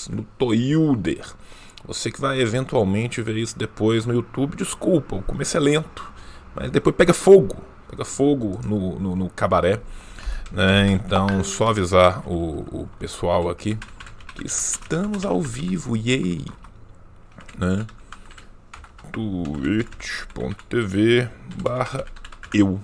depois no Toilder. Você que vai eventualmente ver isso depois no YouTube, desculpa, o começo é lento, mas depois pega fogo no cabaré, né? Então, só avisar o pessoal aqui que estamos ao vivo, yay, né? twitch.tv/eu,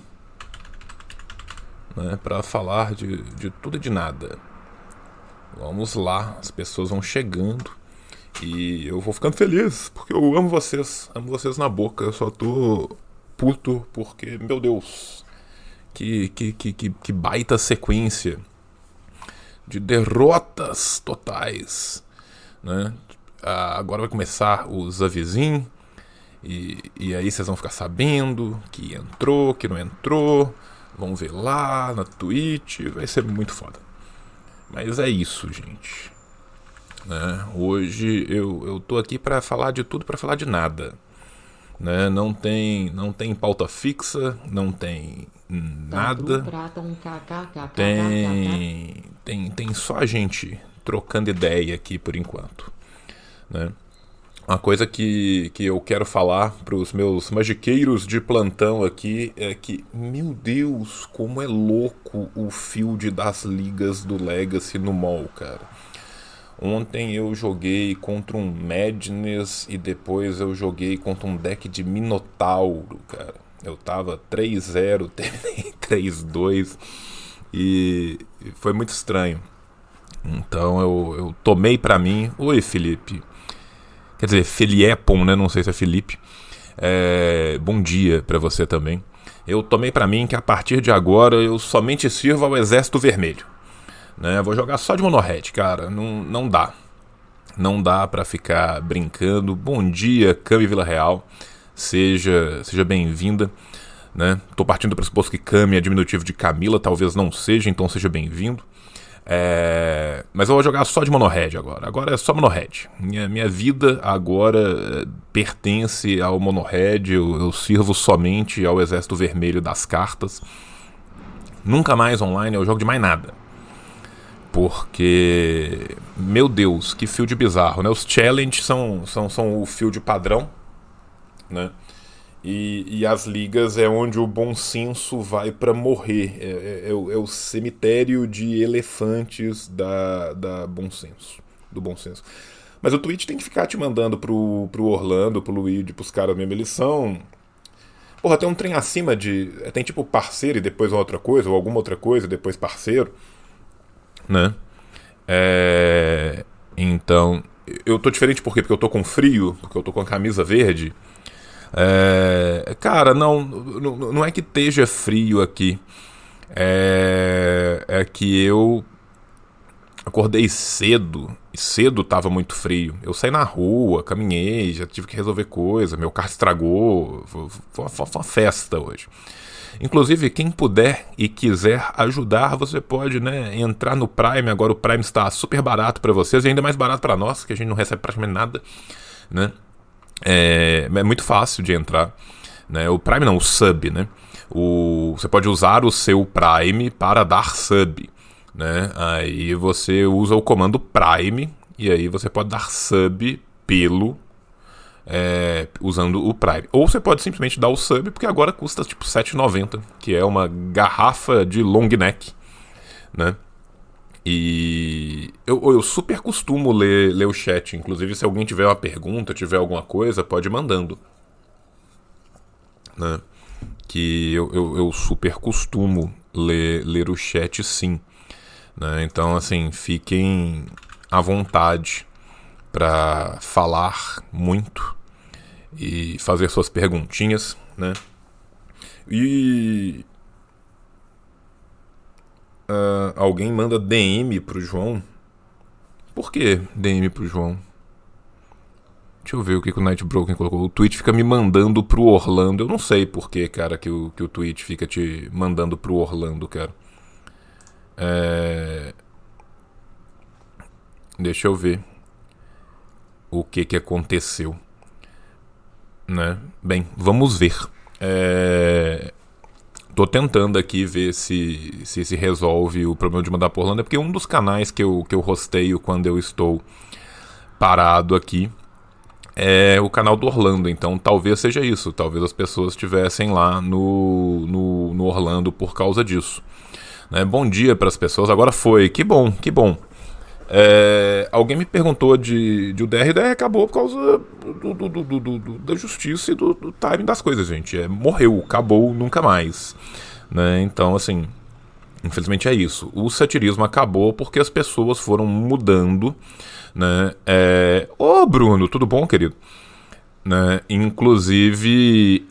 né? Para falar de tudo e de nada. Vamos lá, as pessoas vão chegando e eu vou ficando feliz, porque eu amo vocês na boca. Eu só tô puto porque, meu Deus, que baita sequência de derrotas totais, né? Agora vai começar os avisinhos e aí vocês vão ficar sabendo que entrou, que não entrou, vão ver lá na Twitch, vai ser muito foda. Mas é isso, gente, né? Hoje eu tô aqui pra falar de tudo, pra falar de nada, né? Não tem pauta fixa, não tem nada. Tem só a gente trocando ideia aqui por enquanto, né? Uma coisa que eu quero falar pros meus magiqueiros de plantão aqui é que, meu Deus, como é louco o field das ligas do Legacy no mall, cara. Ontem eu joguei contra um Madness e depois eu joguei contra um deck de Minotauro, cara. Eu tava 3-0, terminei 3-2 e foi muito estranho. Então eu tomei pra mim... Oi, Felipe. Quer dizer, Feliepon, né? Não sei se é Felipe. Bom dia pra você também. Eu tomei pra mim que a partir de agora eu somente sirvo ao Exército Vermelho, né? Vou jogar só de mono-red, cara. Não dá. Não dá pra ficar brincando. Bom dia, Cami Vila Real. Seja bem-vinda, né? Tô partindo do pressuposto que Cami é diminutivo de Camila. Talvez não seja, então seja bem-vindo. Mas eu vou jogar só de mono-red agora. Agora é só mono-red. Minha vida agora pertence ao mono-red. Eu sirvo somente ao Exército Vermelho das cartas. Nunca mais online eu jogo de mais nada. Porque, meu Deus, que field bizarro, né? Os challenges são o field padrão, né? E as ligas é onde o bom senso vai pra morrer. É o cemitério de elefantes do bom senso. Mas o Twitch tem que ficar te mandando pro Orlando, pro Luigi, pros caras mesmo. Eles são... Porra, tem um trem acima de... Tem tipo parceiro e depois outra coisa, ou alguma outra coisa e depois parceiro, né? Então, eu tô diferente por quê? Porque eu tô com frio, porque eu tô com a camisa verde. Cara, não é que esteja frio aqui. É que eu acordei cedo. E cedo tava muito frio. Eu saí na rua, caminhei, já tive que resolver coisa. Meu carro estragou. Foi uma festa hoje. Inclusive, quem puder e quiser ajudar, você pode, né, entrar no Prime. Agora o Prime está super barato para vocês e ainda mais barato para nós, que a gente não recebe praticamente nada, né? É muito fácil de entrar, né? O Prime não, o Sub, né? Você pode usar o seu Prime para dar Sub, né? Aí você usa o comando Prime e aí você pode dar Sub usando o Prime. Ou você pode simplesmente dar o Sub, porque agora custa tipo R$7,90, que é uma garrafa de long neck, né? E eu super costumo ler o chat. Inclusive, se alguém tiver uma pergunta, tiver alguma coisa, pode ir mandando, né? Que eu super costumo ler o chat, sim, né? Então, assim, fiquem à vontade para falar muito e fazer suas perguntinhas, né? E... alguém manda DM pro João. Por que DM pro João? Deixa eu ver o que o Night Broken colocou. O Twitch fica me mandando pro Orlando. Eu não sei por que, cara, que o Twitch fica te mandando pro Orlando, cara. Deixa eu ver o que aconteceu, né? Bem, vamos ver. Tô tentando aqui ver se resolve o problema de mandar por Orlando. É porque um dos canais que eu hosteio quando eu estou parado aqui é o canal do Orlando. Então talvez seja isso. Talvez as pessoas estivessem lá no Orlando por causa disso. Né? Bom dia para as pessoas. Agora foi. Que bom, que bom. Alguém me perguntou de o DR acabou por causa da justiça e do timing das coisas, gente. Morreu, acabou, nunca mais. Né? Então, assim, infelizmente é isso. O satirismo acabou porque as pessoas foram mudando. Né? Ô, Bruno, tudo bom, querido? Né? Inclusive,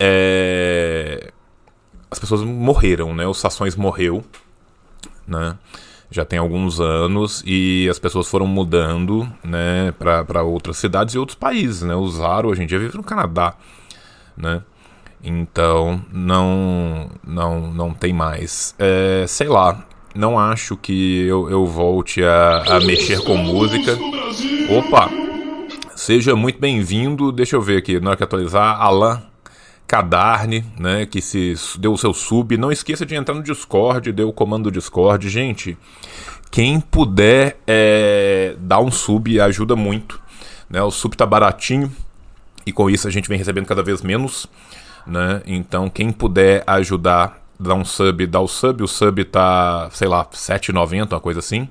as pessoas morreram, né? O Sassões morreu, né? Já tem alguns anos e as pessoas foram mudando, né, para outras cidades e outros países, né? O Zaro hoje em dia vive no Canadá, né? Então não tem mais. Sei lá, não acho que eu volte a mexer com música. Opa, seja muito bem-vindo. Deixa eu ver aqui, na hora que atualizar, Alan Cadarne, né, que se deu o seu sub. Não esqueça de entrar no Discord, dê o comando do Discord. Gente, quem puder dar um sub ajuda muito, né? O sub tá baratinho e com isso a gente vem recebendo cada vez menos, né? Então quem puder ajudar, dar um sub, dá o sub tá, sei lá, R$7,90, uma coisa assim.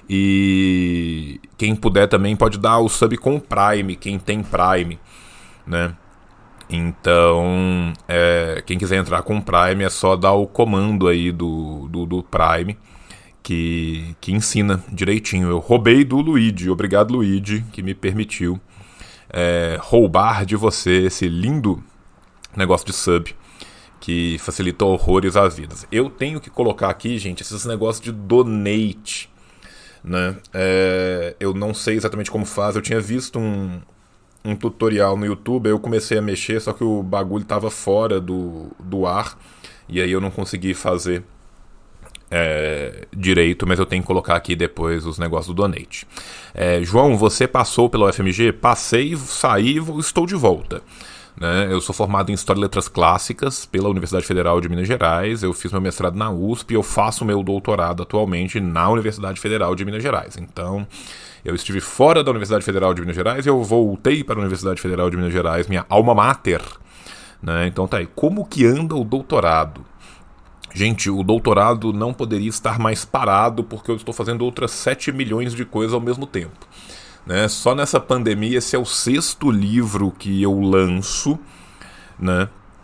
E quem puder também pode dar o sub com o Prime, quem tem Prime, né? Então, quem quiser entrar com o Prime é só dar o comando aí do Prime, que ensina direitinho. Eu roubei do Luigi, obrigado Luigi, que me permitiu roubar de você esse lindo negócio de sub, que facilita horrores as vidas. Eu tenho que colocar aqui, gente, esses negócios de donate, né? Eu não sei exatamente como faz, eu tinha visto um tutorial no YouTube, aí eu comecei a mexer, só que o bagulho tava fora do ar, e aí eu não consegui fazer direito, mas eu tenho que colocar aqui depois os negócios do donate. João, você passou pela UFMG? Passei, saí, estou de volta. Né? Eu sou formado em História e Letras Clássicas pela Universidade Federal de Minas Gerais, eu fiz meu mestrado na USP e eu faço meu doutorado atualmente na Universidade Federal de Minas Gerais. Então, eu estive fora da Universidade Federal de Minas Gerais e eu voltei para a Universidade Federal de Minas Gerais, minha alma mater. Né? Então tá aí, como que anda o doutorado? Gente, o doutorado não poderia estar mais parado porque eu estou fazendo outras 7 milhões de coisas ao mesmo tempo. Né? Só nessa pandemia, esse é o 6º livro que eu lanço, né?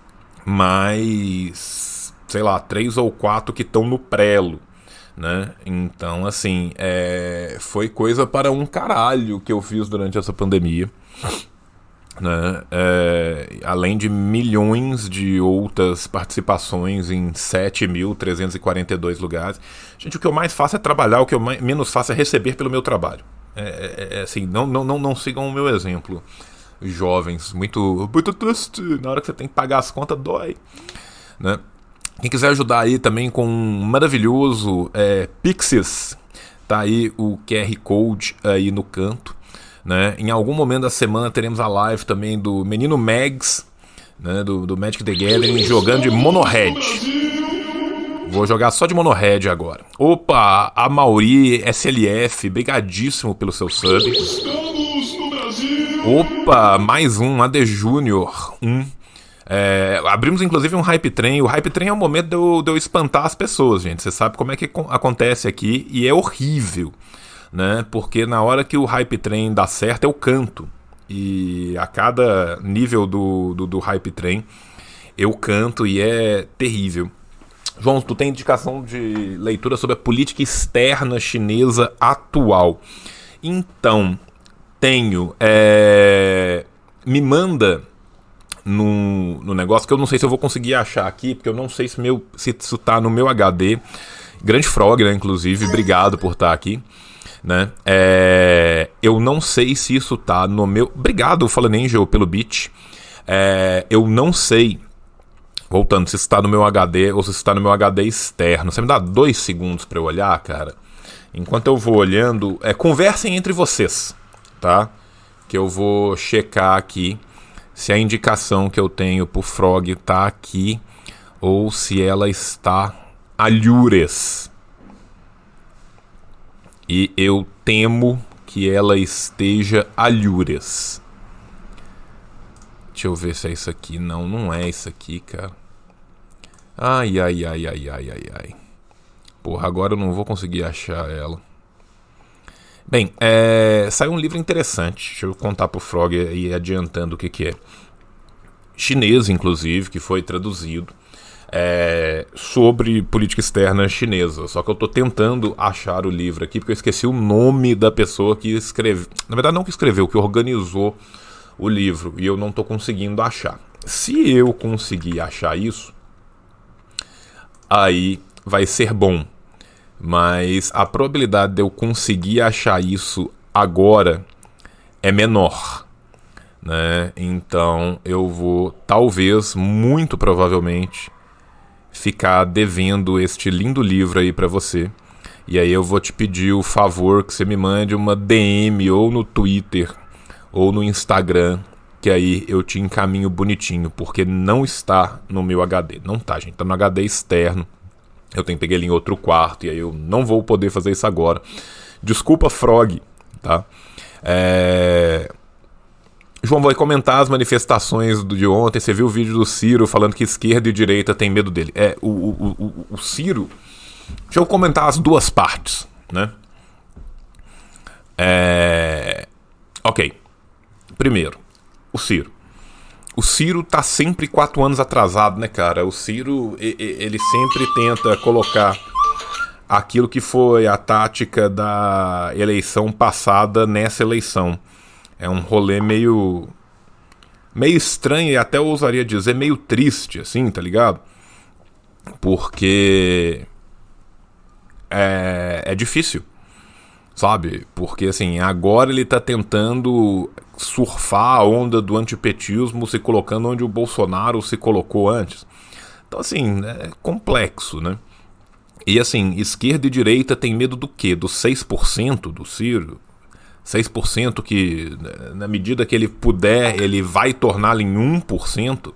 Mas, sei lá, 3 ou 4 que estão no prelo, né? Então, assim, foi coisa para um caralho que eu fiz durante essa pandemia, né? Além de milhões de outras participações em 7.342 lugares. Gente, o que eu mais faço é trabalhar, o que eu menos faço é receber pelo meu trabalho. Assim, não sigam o meu exemplo, jovens, muito triste. Na hora que você tem que pagar as contas, dói, né? Quem quiser ajudar aí também com um maravilhoso Pixies, tá aí o QR Code aí no canto, né? Em algum momento da semana teremos a live também do Menino Mags, né? do Magic the Gathering, jogando de Monohead. Vou jogar só de Monohead agora. Opa, a Mauri SLF, brigadíssimo pelo seu sub. Opa, mais um, AD Júnior, abrimos inclusive um Hype Train. O Hype Train é o momento de eu espantar as pessoas, gente. Você sabe como é que acontece aqui e é horrível, né? Porque na hora que o Hype Train dá certo, eu canto. E a cada nível do Hype Train, eu canto e é terrível. João, tu tem indicação de leitura sobre a política externa chinesa atual? Então, tenho. Me manda no negócio, que eu não sei se eu vou conseguir achar aqui, porque eu não sei se isso tá no meu HD. Grande Frog, né, inclusive, obrigado por estar aqui. Né? Eu não sei se isso tá no meu... Obrigado, Fallen Angel, pelo beat. Eu não sei... Voltando, se está no meu HD ou se está no meu HD externo. Você me dá 2 segundos para eu olhar, cara? Enquanto eu vou olhando, conversem entre vocês, tá? Que eu vou checar aqui se a indicação que eu tenho pro Frog tá aqui ou se ela está alhures. E eu temo que ela esteja alhures. Deixa eu ver se é isso aqui. Não, não é isso aqui, cara. Ai. Porra, agora eu não vou conseguir achar ela. Bem, saiu um livro interessante. Deixa eu contar pro Frog e adiantando o que é. Chinês, inclusive, que foi traduzido. Sobre política externa chinesa. Só que eu tô tentando achar o livro aqui, porque eu esqueci o nome da pessoa que escreveu. Na verdade, não que escreveu, que organizou o livro. E eu não tô conseguindo achar. Se eu conseguir achar isso, aí vai ser bom. Mas a probabilidade de eu conseguir achar isso agora é menor, né? Então eu vou, talvez, muito provavelmente, ficar devendo este lindo livro aí pra você. E aí eu vou te pedir o favor que você me mande uma DM ou no Twitter ou no Instagram, que aí eu te encaminho bonitinho, porque não está no meu HD. Não tá, gente, tá no HD externo. Eu tenho que pegar ele em outro quarto e aí eu não vou poder fazer isso agora. Desculpa, Frog, tá? João vai comentar as manifestações de ontem. Você viu o vídeo do Ciro falando que esquerda e direita tem medo dele. O Ciro... Deixa eu comentar as duas partes, né? Ok. Primeiro, o Ciro. O Ciro tá sempre 4 anos atrasado, né, cara? O Ciro, ele sempre tenta colocar aquilo que foi a tática da eleição passada nessa eleição. É um rolê meio estranho e até eu ousaria dizer meio triste, assim, tá ligado? Porque é difícil, sabe? Porque, assim, agora ele tá tentando surfar a onda do antipetismo, se colocando onde o Bolsonaro se colocou antes. Então, assim, é complexo, né? E, assim, esquerda e direita tem medo do quê? Dos 6% do Ciro? 6% que, na medida que ele puder, ele vai torná-lo em 1%?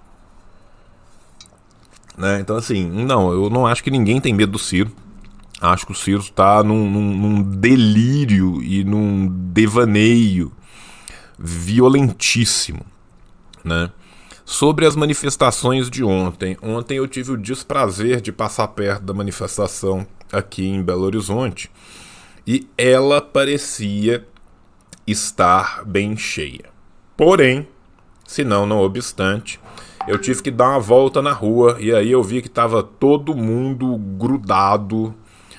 Né? Então, assim, não, eu não acho que ninguém tem medo do Ciro. Acho que o Ciro está num delírio e num devaneio violentíssimo, né? Sobre as manifestações de ontem. Ontem eu tive o desprazer de passar perto da manifestação aqui em Belo Horizonte e ela parecia estar bem cheia. Porém, se não obstante, eu tive que dar uma volta na rua e aí eu vi que estava todo mundo grudado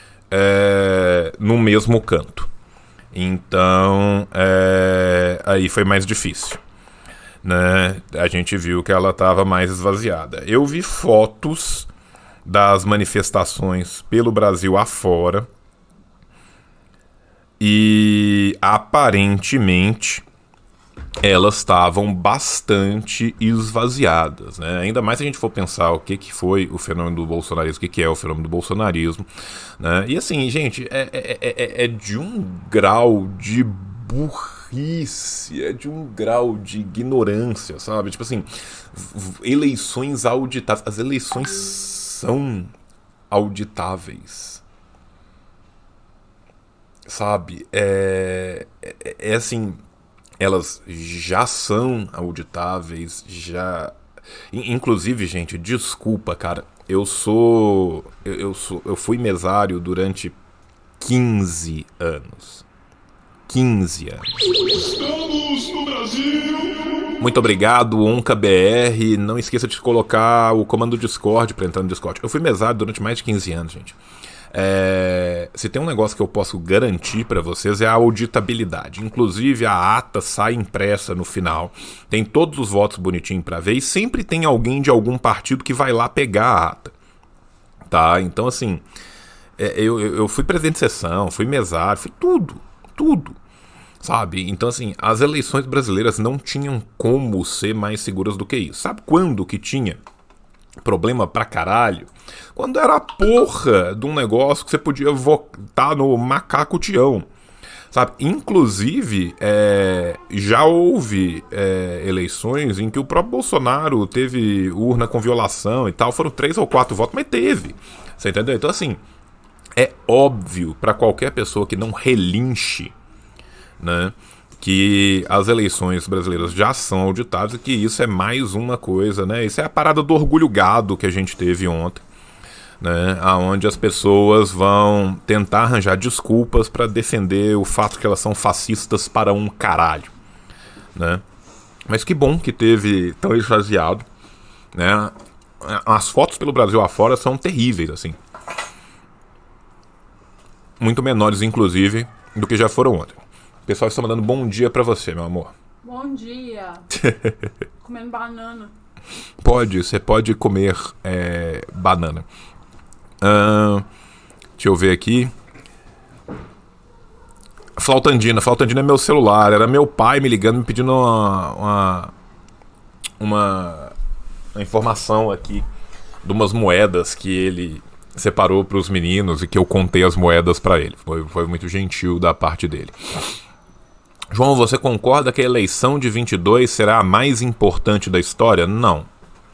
no mesmo canto. Então, aí foi mais difícil, né? A gente viu que ela estava mais esvaziada. Eu vi fotos das manifestações pelo Brasil afora e aparentemente elas estavam bastante esvaziadas, né? Ainda mais se a gente for pensar o que foi o fenômeno do bolsonarismo, o que é o fenômeno do bolsonarismo, né? E assim, gente, é de um grau de burrice, é de um grau de ignorância, sabe? Tipo assim, eleições auditáveis. As eleições são auditáveis, sabe? Assim... Elas já são auditáveis, já... Inclusive, gente, desculpa, cara. Eu fui mesário durante 15 anos. 15 anos. Estamos no Brasil! Muito obrigado, OncaBR. Não esqueça de colocar o comando do Discord para entrar no Discord. Eu fui mesário durante mais de 15 anos, gente. Se tem um negócio que eu posso garantir para vocês é a auditabilidade. Inclusive a ata sai impressa no final, tem todos os votos bonitinhos para ver e sempre tem alguém de algum partido que vai lá pegar a ata, tá? Então assim, eu fui presidente de sessão, fui mesário, fui tudo, sabe? Então assim, as eleições brasileiras não tinham como ser mais seguras do que isso. Sabe quando que tinha problema pra caralho? Quando era a porra de um negócio que você podia votar no macaco Tião, sabe? Inclusive, já houve eleições em que o próprio Bolsonaro teve urna com violação e tal, foram 3 ou 4 votos, mas teve, você entendeu? Então assim, é óbvio pra qualquer pessoa que não relinche né, que as eleições brasileiras já são auditadas e que isso é mais uma coisa, né? Isso é a parada do orgulho gado que a gente teve ontem, né? Onde as pessoas vão tentar arranjar desculpas para defender o fato que elas são fascistas para um caralho, né? Mas que bom que teve tão esvaziado, né? As fotos pelo Brasil afora são terríveis, assim. Muito menores, inclusive, do que já foram ontem. O pessoal está mandando bom dia pra você, meu amor. Bom dia. Comendo banana. Você pode comer banana. Deixa eu ver aqui. Flautandina é meu celular. Era meu pai me ligando, me pedindo uma informação aqui de umas moedas que ele separou para os meninos e que eu contei as moedas para ele. Foi muito gentil da parte dele. João, você concorda que a eleição de 22 será a mais importante da história? Não.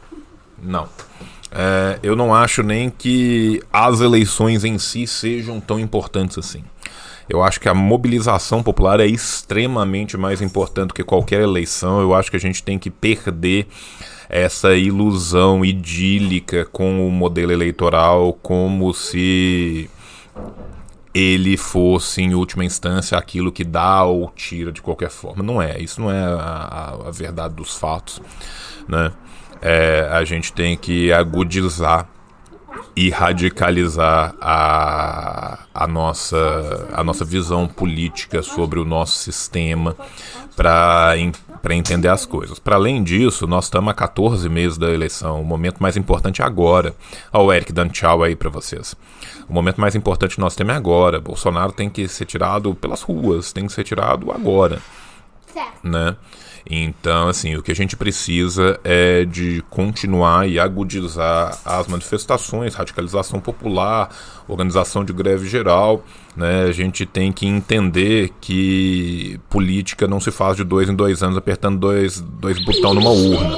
Eu não acho nem que as eleições em si sejam tão importantes assim. Eu acho que a mobilização popular é extremamente mais importante do que qualquer eleição. Eu acho que a gente tem que perder essa ilusão idílica com o modelo eleitoral, como se ele fosse, em última instância, aquilo que dá ou tira de qualquer forma. Não é, isso não é a verdade dos fatos, né? A gente tem que agudizar e radicalizar a nossa visão política sobre o nosso sistema para entender as coisas. Para além disso, nós estamos a 14 meses da eleição. O momento mais importante é agora. Olha o Eric dando tchau aí para vocês. O momento mais importante que nós temos é agora. Bolsonaro tem que ser tirado pelas ruas, tem que ser tirado agora, né? Então, assim, o que a gente precisa é de continuar e agudizar as manifestações, radicalização popular, organização de greve geral, né? A gente tem que entender que política não se faz de 2 em 2 anos apertando dois botões numa urna.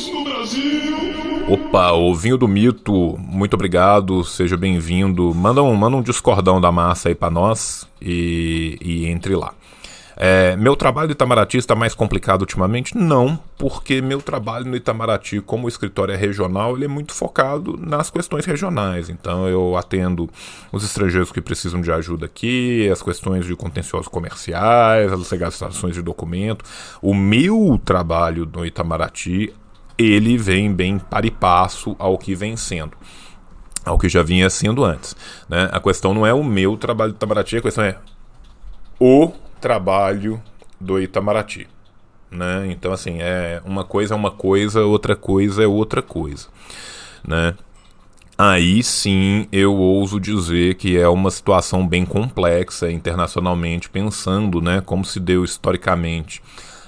Opa, o Vinho do Mito, muito obrigado, seja bem-vindo. Manda um discordão da massa aí pra nós e entre lá. Meu trabalho no Itamaraty está mais complicado ultimamente? Não, porque meu trabalho no Itamaraty, como o escritório é regional, ele é muito focado nas questões regionais. Então eu atendo os estrangeiros que precisam de ajuda aqui, as questões de contenciosos comerciais, as legalizações de documento. O meu trabalho no Itamaraty, ele vem bem para e passo ao que vem sendo, ao que já vinha sendo antes, né? A questão não é o meu trabalho no Itamaraty, a questão é o trabalho do Itamaraty, né? Então, assim, uma coisa é uma coisa, outra coisa é outra coisa, né? Aí sim eu ouso dizer que é uma situação bem complexa internacionalmente, pensando, né, como se deu historicamente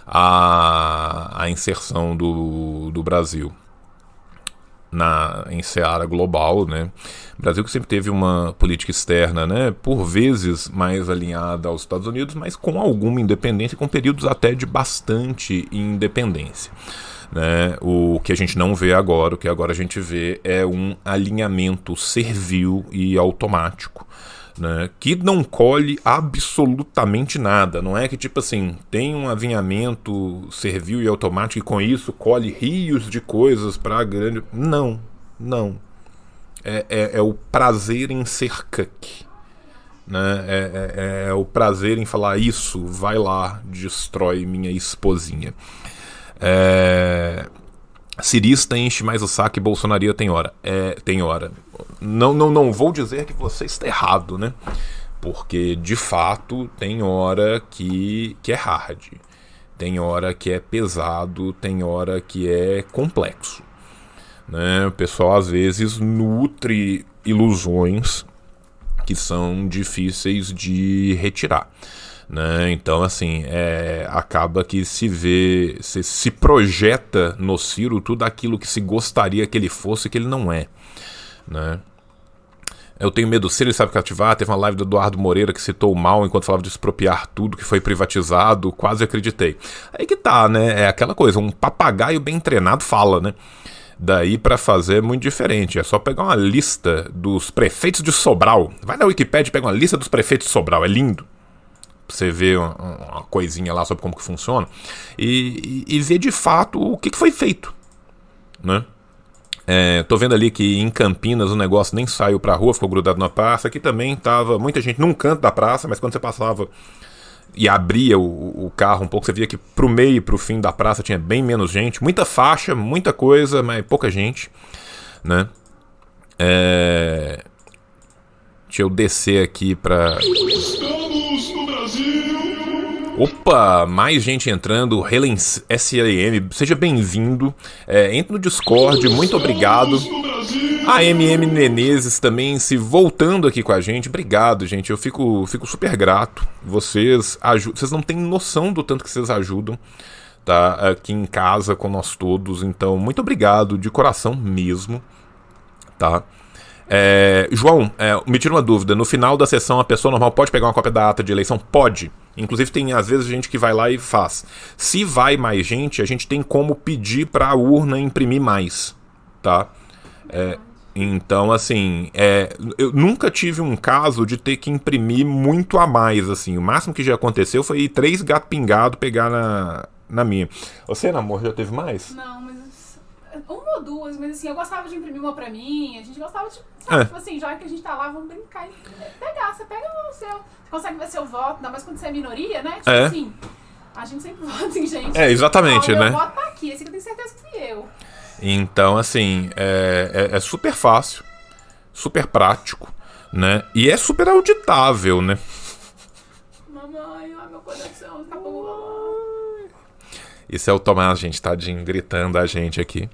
a inserção do Brasil em seara global, né? O Brasil que sempre teve uma política externa, né, por vezes mais alinhada aos Estados Unidos, mas com alguma independência, com períodos até de bastante independência, né? O que a gente não vê agora, o que agora a gente vê é um alinhamento servil e automático, né, que não colhe absolutamente nada. Não é que, tipo assim, tem um alinhamento servil e automático e com isso colhe rios de coisas para grande... Não. É o prazer em ser cuck, né? É o prazer em falar isso, vai lá, destrói minha esposinha. Cirista enche mais o saco e bolsonaria tem hora. Tem hora. Não vou dizer que você está errado, né? Porque, de fato, tem hora que é hard. Tem hora que é pesado, tem hora que é complexo, né? O pessoal, às vezes, nutre ilusões que são difíceis de retirar, né? Então, assim, acaba que se projeta no Ciro tudo aquilo que se gostaria que ele fosse, que ele não é, né? Eu tenho medo, se ele sabe cativar. Teve uma live do Eduardo Moreira que citou mal enquanto falava de expropriar tudo que foi privatizado, quase acreditei. Aí que tá, né? É aquela coisa, um papagaio bem treinado fala, né? Daí pra fazer é muito diferente. É só pegar uma lista dos prefeitos de Sobral. Vai na Wikipédia e pega uma lista dos prefeitos de Sobral, é lindo. você ver uma coisinha lá sobre como que funciona e ver de fato o que foi feito, né? Tô vendo ali que em Campinas o negócio nem saiu pra rua, ficou grudado na praça. Aqui também tava muita gente num canto da praça, mas quando você passava e abria o carro um pouco, você via que pro meio e pro fim da praça tinha bem menos gente. Muita faixa, muita coisa, mas pouca gente, né? Deixa eu descer aqui pra... Estamos no Brasil! Opa, mais gente entrando. Helen SLM, seja bem-vindo. Entre no Discord, muito obrigado. A MM Menezes também se voltando aqui com a gente. Obrigado, gente. Eu fico super grato. Vocês não têm noção do tanto que vocês ajudam, tá? Aqui em casa com nós todos. Então, muito obrigado de coração mesmo, tá? João, me tira uma dúvida. No final da sessão, a pessoa normal pode pegar uma cópia da ata de eleição? Pode. Inclusive tem às vezes gente que vai lá e faz. Se vai mais gente, a gente tem como pedir para a urna imprimir mais, tá? Então, assim, eu nunca tive um caso de ter que imprimir muito a mais, assim. O máximo que já aconteceu foi 3 gato pingado pegar na minha. Você, amor, já teve mais? Não, mas uma ou duas, mas assim, eu gostava de imprimir uma pra mim, a gente gostava de, sabe, tipo assim, já que a gente tá lá, vamos brincar e pegar. Você pega o seu, você consegue ver seu voto, ainda mais quando você é minoria, né? Tipo assim, a gente sempre vota em gente. Exatamente, né? Meu voto tá aqui, esse aqui eu tenho certeza que fui eu. Então, assim, é super fácil, super prático, né? E é super auditável, né? Mamãe, ai meu coração, acabou. Isso é o Tomás, gente, tadinho, gritando a gente aqui.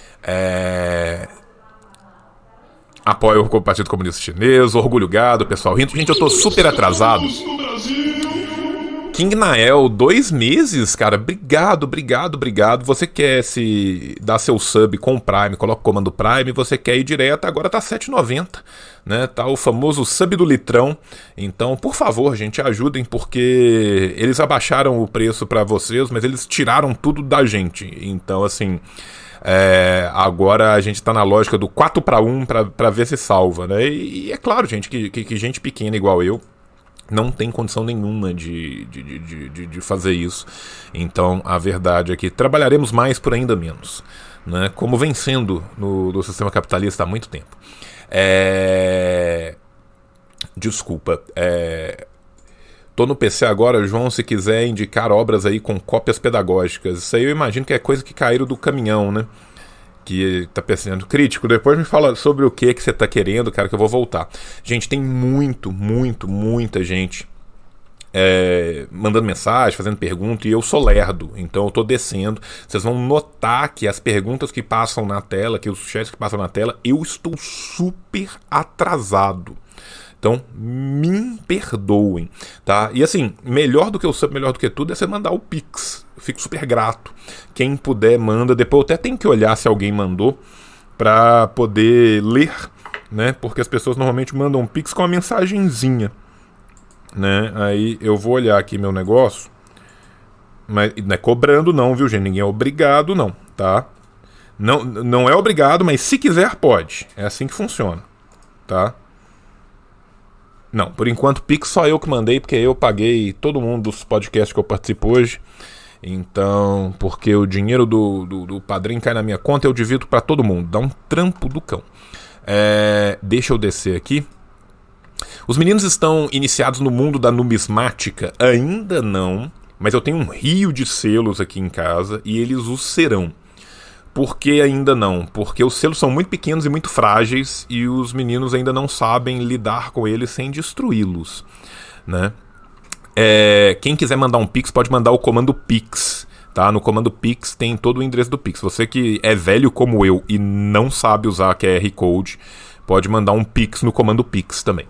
Apoio o Partido Comunista Chinês, orgulho gado, pessoal rindo. Gente, eu tô super atrasado. King Nael, 2 meses, cara. Obrigado. Você quer se dar seu sub com o Prime, coloca o comando Prime, você quer ir direto, agora tá R$7,90, né? Tá o famoso sub do litrão. Então, por favor, gente, ajudem, porque eles abaixaram o preço pra vocês, mas eles tiraram tudo da gente. Então, assim, agora a gente tá na lógica do 4-1 pra ver se salva, né? E é claro, gente, que gente pequena igual eu não tem condição nenhuma de fazer isso. Então, a verdade é que trabalharemos mais por ainda menos, né? Como vem sendo no sistema capitalista há muito tempo. Desculpa. Tô no PC agora, João, se quiser indicar obras aí com cópias pedagógicas. Isso aí eu imagino que é coisa que caíram do caminhão, né? Que tá pensando crítico, depois me fala sobre o que você tá querendo, cara, que eu vou voltar. Gente, tem muita gente mandando mensagem, fazendo pergunta, e eu sou lerdo, então eu tô descendo. Vocês vão notar que as perguntas que passam na tela, que os chats que passam na tela, eu estou super atrasado. Então, me perdoem, tá? E assim, melhor do que o sub, melhor do que tudo, é você mandar o Pix. Eu fico super grato. Quem puder, manda. Depois eu até tenho que olhar se alguém mandou pra poder ler, né? Porque as pessoas normalmente mandam um Pix com uma mensagenzinha, né? Aí eu vou olhar aqui meu negócio. Mas não é cobrando não, viu, gente? Ninguém é obrigado não, tá? Não é obrigado, mas se quiser pode. É assim que funciona, tá? Não, por enquanto Pix só eu que mandei, porque eu paguei todo mundo dos podcasts que eu participo hoje. Então, porque o dinheiro do padrinho cai na minha conta, eu divido pra todo mundo. Dá um trampo do cão. Deixa eu descer aqui. Os meninos estão iniciados no mundo da numismática? Ainda não, mas eu tenho um rio de selos aqui em casa e eles os serão. Por que ainda não? Porque os selos são muito pequenos e muito frágeis e os meninos ainda não sabem lidar com eles sem destruí-los, né? Quem quiser mandar um Pix pode mandar o comando Pix, tá? No comando Pix tem todo o endereço do Pix. Você que é velho como eu e não sabe usar QR Code, pode mandar um Pix no comando Pix também.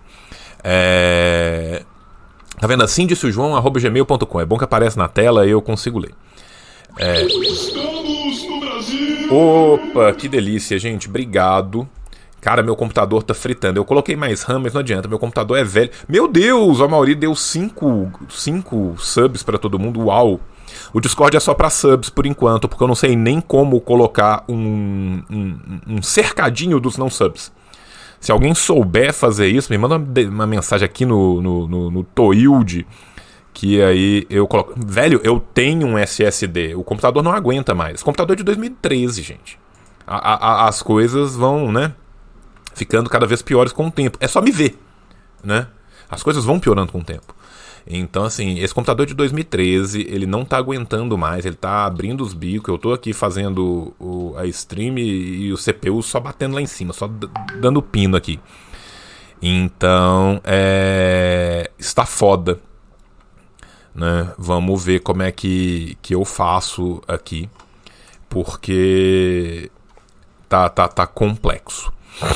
Tá vendo? Assim disse o João, @gmail.com. É bom que aparece na tela e eu consigo ler. Estamos no Brasil! Opa, que delícia, gente. Obrigado. Cara, meu computador tá fritando. Eu coloquei mais RAM, mas não adianta. Meu computador é velho. Meu Deus, a Mauri deu 5 subs pra todo mundo. Uau. O Discord é só pra subs por enquanto, porque eu não sei nem como colocar um cercadinho dos não subs. Se alguém souber fazer isso, me manda uma mensagem aqui no Toilde, Que aí eu coloco... Velho, eu tenho um SSD. O computador não aguenta mais. O computador é de 2013, gente. As coisas vão, né, ficando cada vez piores com o tempo. É só me ver, né? As coisas vão piorando com o tempo. Então, assim, esse computador de 2013, ele não tá aguentando mais. Ele tá abrindo os bicos. Eu tô aqui fazendo a stream e o CPU só batendo lá em cima. Só dando pino aqui. Então, está foda. Né? Vamos ver como é que eu faço aqui, porque tá complexo.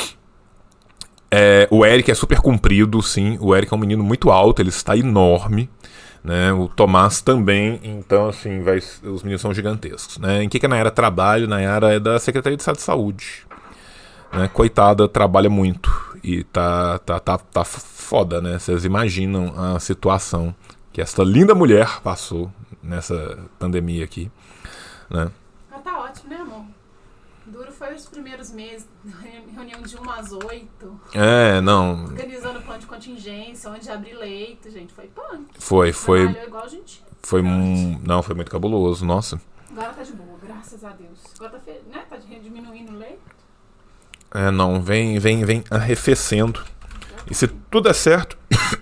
O Eric é super comprido, sim. O Eric é um menino muito alto, ele está enorme, né? O Tomás também. Então, assim, os meninos são gigantescos, né? Em que a Nayara trabalha? Nayara é da Secretaria de Estado de Saúde, né? Coitada, trabalha muito e tá foda, né? Vocês imaginam a situação que essa linda mulher passou nessa pandemia aqui, né? Mas tá ótimo, né, amor? Duro foi os primeiros meses, reunião de 1 às 8. Não. Organizando plano de contingência, onde abrir leito, gente, foi punk. Foi. Trabalhou igual a gente. Foi muito cabuloso, nossa. Agora tá de boa, graças a Deus. Agora tá diminuindo o leito. Não, vem arrefecendo. E se tudo der certo...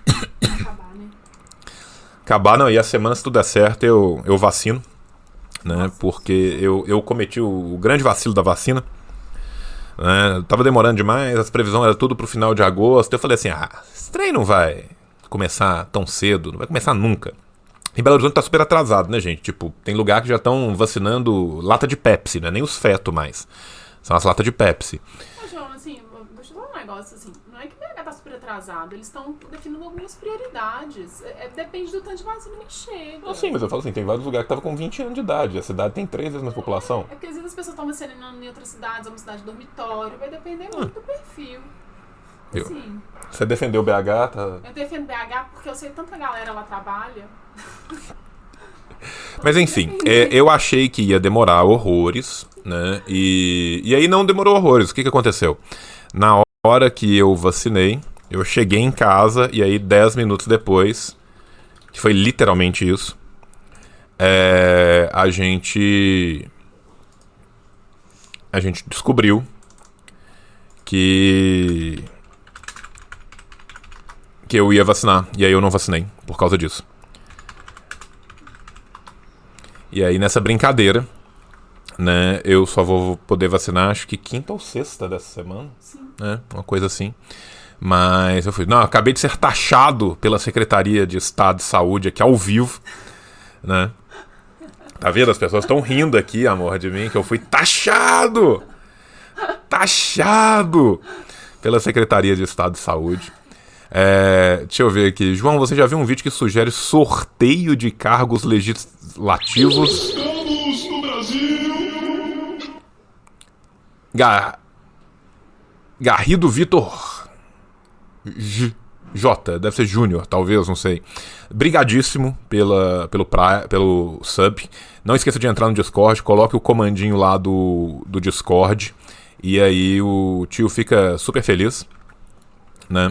Acabar, não, e a semana, se tudo der certo, eu vacino, né? Porque eu cometi o grande vacilo da vacina, né? Tava demorando demais, as previsões eram tudo pro final de agosto. Eu falei assim, esse trem não vai começar tão cedo, não vai começar nunca. E Belo Horizonte tá super atrasado, né, gente? Tipo, tem lugar que já estão vacinando lata de Pepsi, né? Nem os fetos mais. São as latas de Pepsi. Mas, João, assim, deixa eu falar um negócio, assim, não é que o BH tá super atrasado, eles estão definindo algumas prioridades. Depende do tanto de vacina que chega. Sim, mas eu falo assim, tem vários lugares que estavam com 20 anos de idade. A cidade tem 3 vezes mais população. Porque às vezes as pessoas estão vacinando em outras cidades, é uma cidade de dormitório, vai depender muito do perfil. Assim, você defendeu o BH, tá? Eu defendo BH porque eu sei que tanta galera lá trabalha. Mas enfim, eu achei que ia demorar horrores, né? E aí não demorou horrores. O que aconteceu? Na hora que eu vacinei, eu cheguei em casa e aí 10 minutos depois, que foi literalmente isso, a gente descobriu que eu ia vacinar. E aí eu não vacinei por causa disso. E aí nessa brincadeira, né, eu só vou poder vacinar acho que quinta ou sexta dessa semana. Sim. Né, uma coisa assim. Mas eu fui, acabei de ser taxado pela Secretaria de Estado de Saúde aqui ao vivo, né? Tá vendo? As pessoas estão rindo aqui, amor, de mim, que eu fui taxado pela Secretaria de Estado de Saúde. Deixa eu ver aqui. João, você já viu um vídeo que sugere sorteio de cargos legislativos? Estamos no Brasil. Garrido Vitor J, deve ser Júnior, talvez, não sei. Brigadíssimo pelo sub. Não esqueça de entrar no Discord, coloque o comandinho lá do Discord. E aí o tio fica super feliz, né?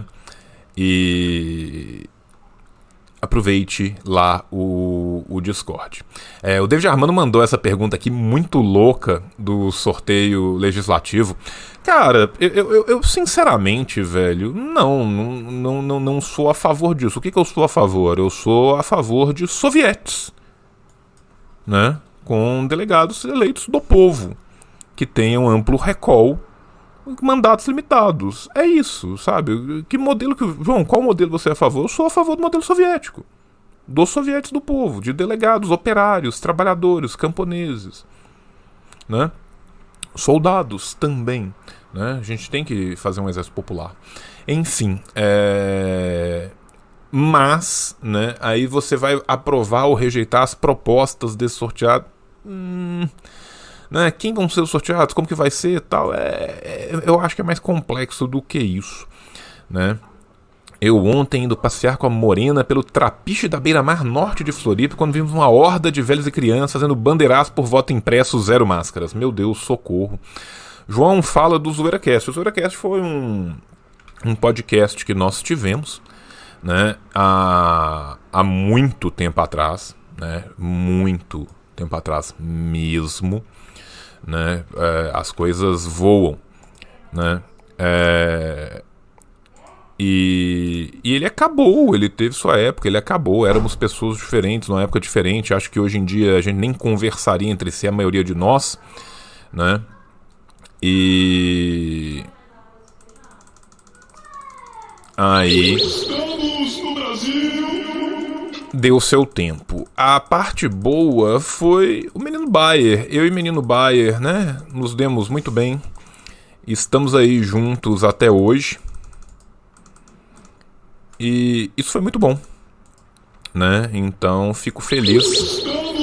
E aproveite lá o Discord. O David Armando mandou essa pergunta aqui muito louca do sorteio legislativo. Cara, eu sinceramente, velho, não sou a favor disso. O que eu sou a favor? Eu sou a favor de sovietes, né? Com delegados eleitos do povo, que tenham amplo recall, mandatos limitados. É isso, sabe? Que modelo que... João, qual modelo você é a favor? Eu sou a favor do modelo soviético. Dos sovietes do povo, de delegados, operários, trabalhadores, camponeses, né? Soldados também, né? A gente tem que fazer um exército popular. Enfim, mas, né, aí você vai aprovar ou rejeitar as propostas desse sorteado. Né? Quem vão ser os sorteados? Como que vai ser? Tal? Eu acho que é mais complexo do que isso, né? Eu ontem indo passear com a Morena pelo trapiche da beira-mar norte de Floripa, quando vimos uma horda de velhos e crianças fazendo bandeiraço por voto impresso, 0 máscaras. Meu Deus, socorro. João fala do ZoeiraCast. O ZoeiraCast foi um podcast que nós tivemos, né, há muito tempo atrás, né, muito tempo atrás mesmo, né, as coisas voam, né, e ele acabou, ele teve sua época, ele acabou, éramos pessoas diferentes, numa época diferente. Acho que hoje em dia a gente nem conversaria entre si, a maioria de nós, né, e aí deu seu tempo. A parte boa foi o Menino Bayer. Eu e o Menino Bayer, né, nos demos muito bem. Estamos aí juntos até hoje. E isso foi muito bom, né? Então fico feliz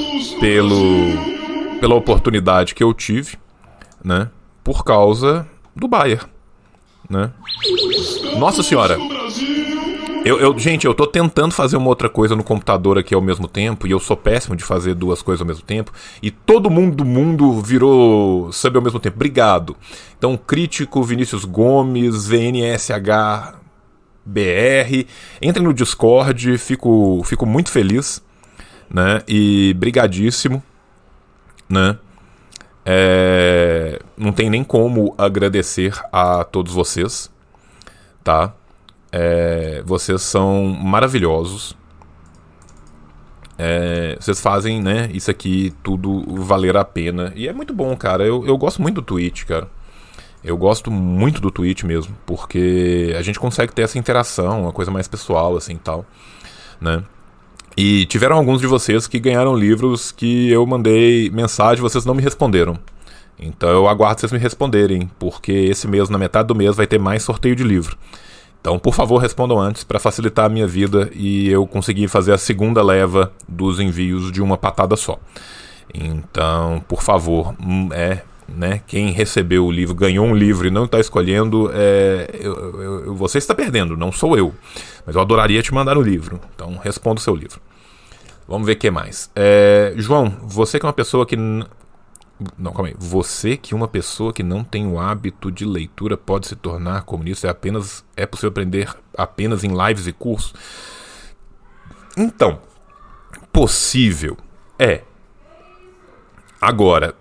pela oportunidade que eu tive, né, por causa do Bayer, né? Nossa senhora! Gente, eu tô tentando fazer uma outra coisa no computador aqui ao mesmo tempo, e eu sou péssimo de fazer duas coisas ao mesmo tempo, e todo mundo do mundo virou sub ao mesmo tempo. Obrigado. Então, Crítico, Vinícius Gomes, VNSH BR, entrem no Discord, fico muito feliz, né? E brigadíssimo, né? Não tem nem como agradecer a todos vocês, tá? Vocês são maravilhosos. Vocês fazem, né, isso aqui tudo valer a pena. E é muito bom, cara. Eu gosto muito do Twitch, cara. Eu gosto muito do Twitch mesmo, porque a gente consegue ter essa interação, uma coisa mais pessoal, assim, tal, né? E tiveram alguns de vocês que ganharam livros que eu mandei mensagem e vocês não me responderam. Então eu aguardo vocês me responderem, porque esse mês, na metade do mês, vai ter mais sorteio de livro. Então, por favor, respondam antes para facilitar a minha vida e eu conseguir fazer a segunda leva dos envios de uma patada só. Então, por favor, né, quem recebeu o livro, ganhou um livro e não está escolhendo, você está perdendo, não sou eu. Mas eu adoraria te mandar o livro. Então responda o seu livro. Vamos ver o que mais. João, você que é uma pessoa que... Não, calma aí. Você que uma pessoa que não tem o hábito de leitura pode se tornar comunista? É possível aprender apenas em lives e cursos? Então, possível é. Agora,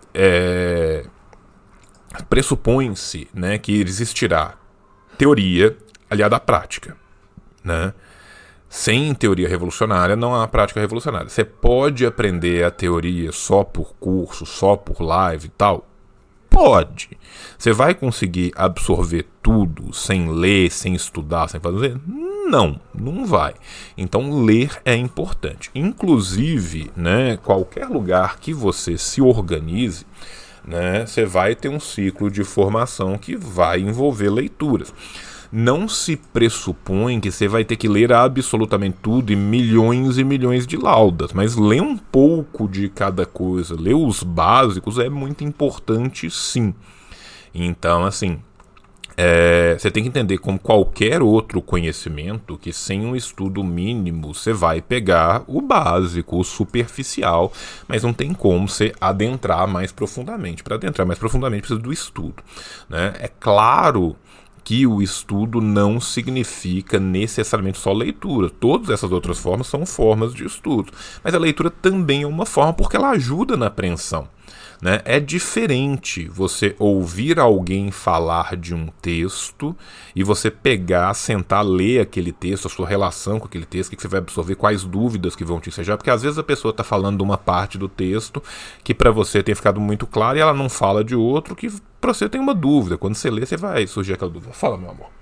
pressupõe-se, né, que existirá teoria aliada à prática, né? Sem teoria revolucionária não há prática revolucionária. Você pode aprender a teoria só por curso, só por live e tal? Pode. Você vai conseguir absorver tudo sem ler, sem estudar, sem fazer? Não vai. Então ler é importante. Inclusive, né, qualquer lugar que você se organize, né, você vai ter um ciclo de formação que vai envolver leituras. Não se pressupõe que você vai ter que ler absolutamente tudo e milhões de laudas, mas ler um pouco de cada coisa, ler os básicos é muito importante, sim. Então, assim, você tem que entender, como qualquer outro conhecimento, que sem um estudo mínimo você vai pegar o básico, o superficial, mas não tem como você adentrar mais profundamente. Para adentrar mais profundamente precisa do estudo, né? É claro que o estudo não significa necessariamente só leitura. Todas essas outras formas são formas de estudo. Mas a leitura também é uma forma porque ela ajuda na apreensão, né? É diferente você ouvir alguém falar de um texto e você pegar, sentar, ler aquele texto, a sua relação com aquele texto, o que você vai absorver, quais dúvidas que vão te ensejar, porque às vezes a pessoa está falando de uma parte do texto que para você tem ficado muito claro e ela não fala de outro que para você tem uma dúvida. Quando você lê, você vai surgir aquela dúvida. Fala, meu amor.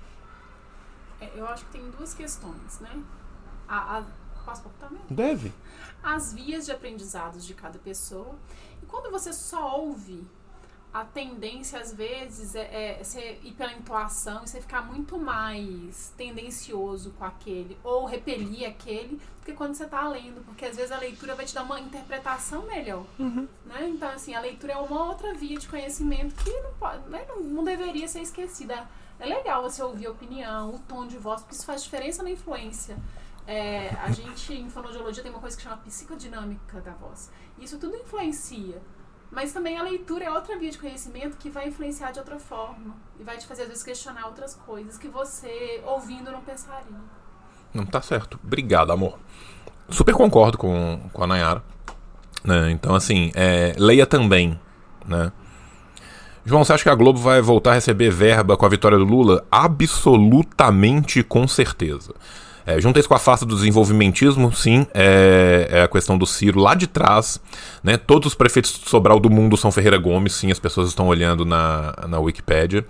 Eu acho que tem duas questões, né? Posso botar mesmo? Deve. As vias de aprendizados de cada pessoa. E quando você só ouve, a tendência às vezes é você ir pela intuação e você ficar muito mais tendencioso com aquele, ou repelir aquele, do que quando você está lendo, porque às vezes a leitura vai te dar uma interpretação melhor. Uhum. Né? Então, assim, a leitura é uma outra via de conhecimento que não deveria ser esquecida. É legal você ouvir a opinião, o tom de voz, porque isso faz diferença na influência. A gente, em fonoaudiologia, tem uma coisa que chama psicodinâmica da voz. Isso tudo influencia. Mas também a leitura é outra via de conhecimento que vai influenciar de outra forma. E vai te fazer, às vezes, questionar outras coisas que você, ouvindo, não pensaria. Não, tá certo. Obrigado, amor. Super concordo com a Nayara. Né? Então, assim, leia também, né? João, você acha que a Globo vai voltar a receber verba com a vitória do Lula? Absolutamente, com certeza. Junta isso com a farsa do desenvolvimentismo, sim, é a questão do Ciro lá de trás, né? Todos os prefeitos de Sobral do mundo são Ferreira Gomes, sim, as pessoas estão olhando na Wikipédia.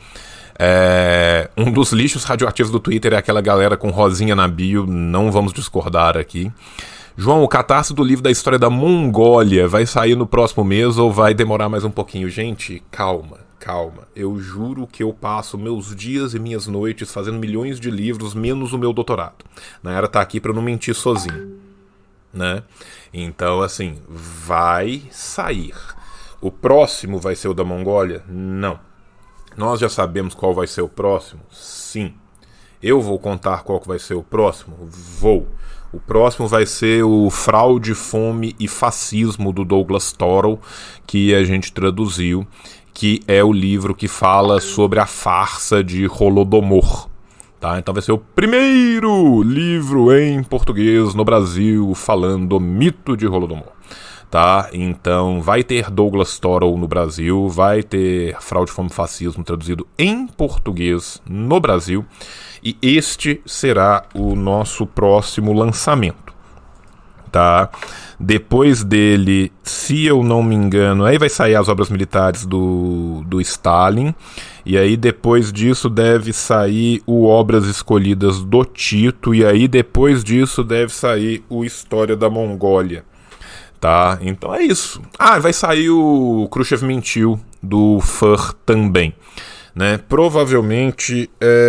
Um dos lixos radioativos do Twitter é aquela galera com rosinha na bio, não vamos discordar aqui. João, o catarse do livro da história da Mongólia vai sair no próximo mês ou vai demorar mais um pouquinho? Gente, calma. Eu juro que eu passo meus dias e minhas noites fazendo milhões de livros, menos o meu doutorado. Nayara tá aqui pra eu não mentir sozinho, né? Então, assim, vai sair. O próximo vai ser o da Mongólia? Não. Nós já sabemos qual vai ser o próximo? Sim. Eu vou contar qual que vai ser o próximo? Vou. O próximo vai ser o Fraude, Fome e Fascismo, do Douglas Torrell, que a gente traduziu, que é o livro que fala sobre a farsa de Holodomor. Tá? Então vai ser o primeiro livro em português no Brasil falando do mito de Holodomor. Tá? Então vai ter Douglas Torrell no Brasil, vai ter Fraude, Fome e Fascismo traduzido em português no Brasil. E este será o nosso próximo lançamento, tá? Depois dele, se eu não me engano, aí vai sair as obras militares do Stalin. E aí depois disso deve sair o Obras Escolhidas do Tito. E aí depois disso deve sair o História da Mongólia, tá? Então é isso. Vai sair o Khrushchev Mentiu, do Fur também. Né? Provavelmente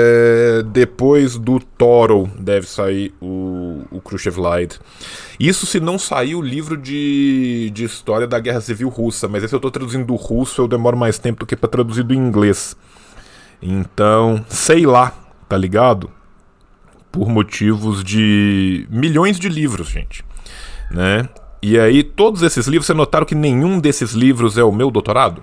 depois do Torrell deve sair o Khrushchev Lied. Isso se não sair o livro de história da Guerra Civil Russa, mas esse eu estou traduzindo do russo, eu demoro mais tempo do que para traduzir do inglês. Então, sei lá, tá ligado? Por motivos de milhões de livros, gente, né? E aí, todos esses livros, vocês notaram que nenhum desses livros é o meu doutorado?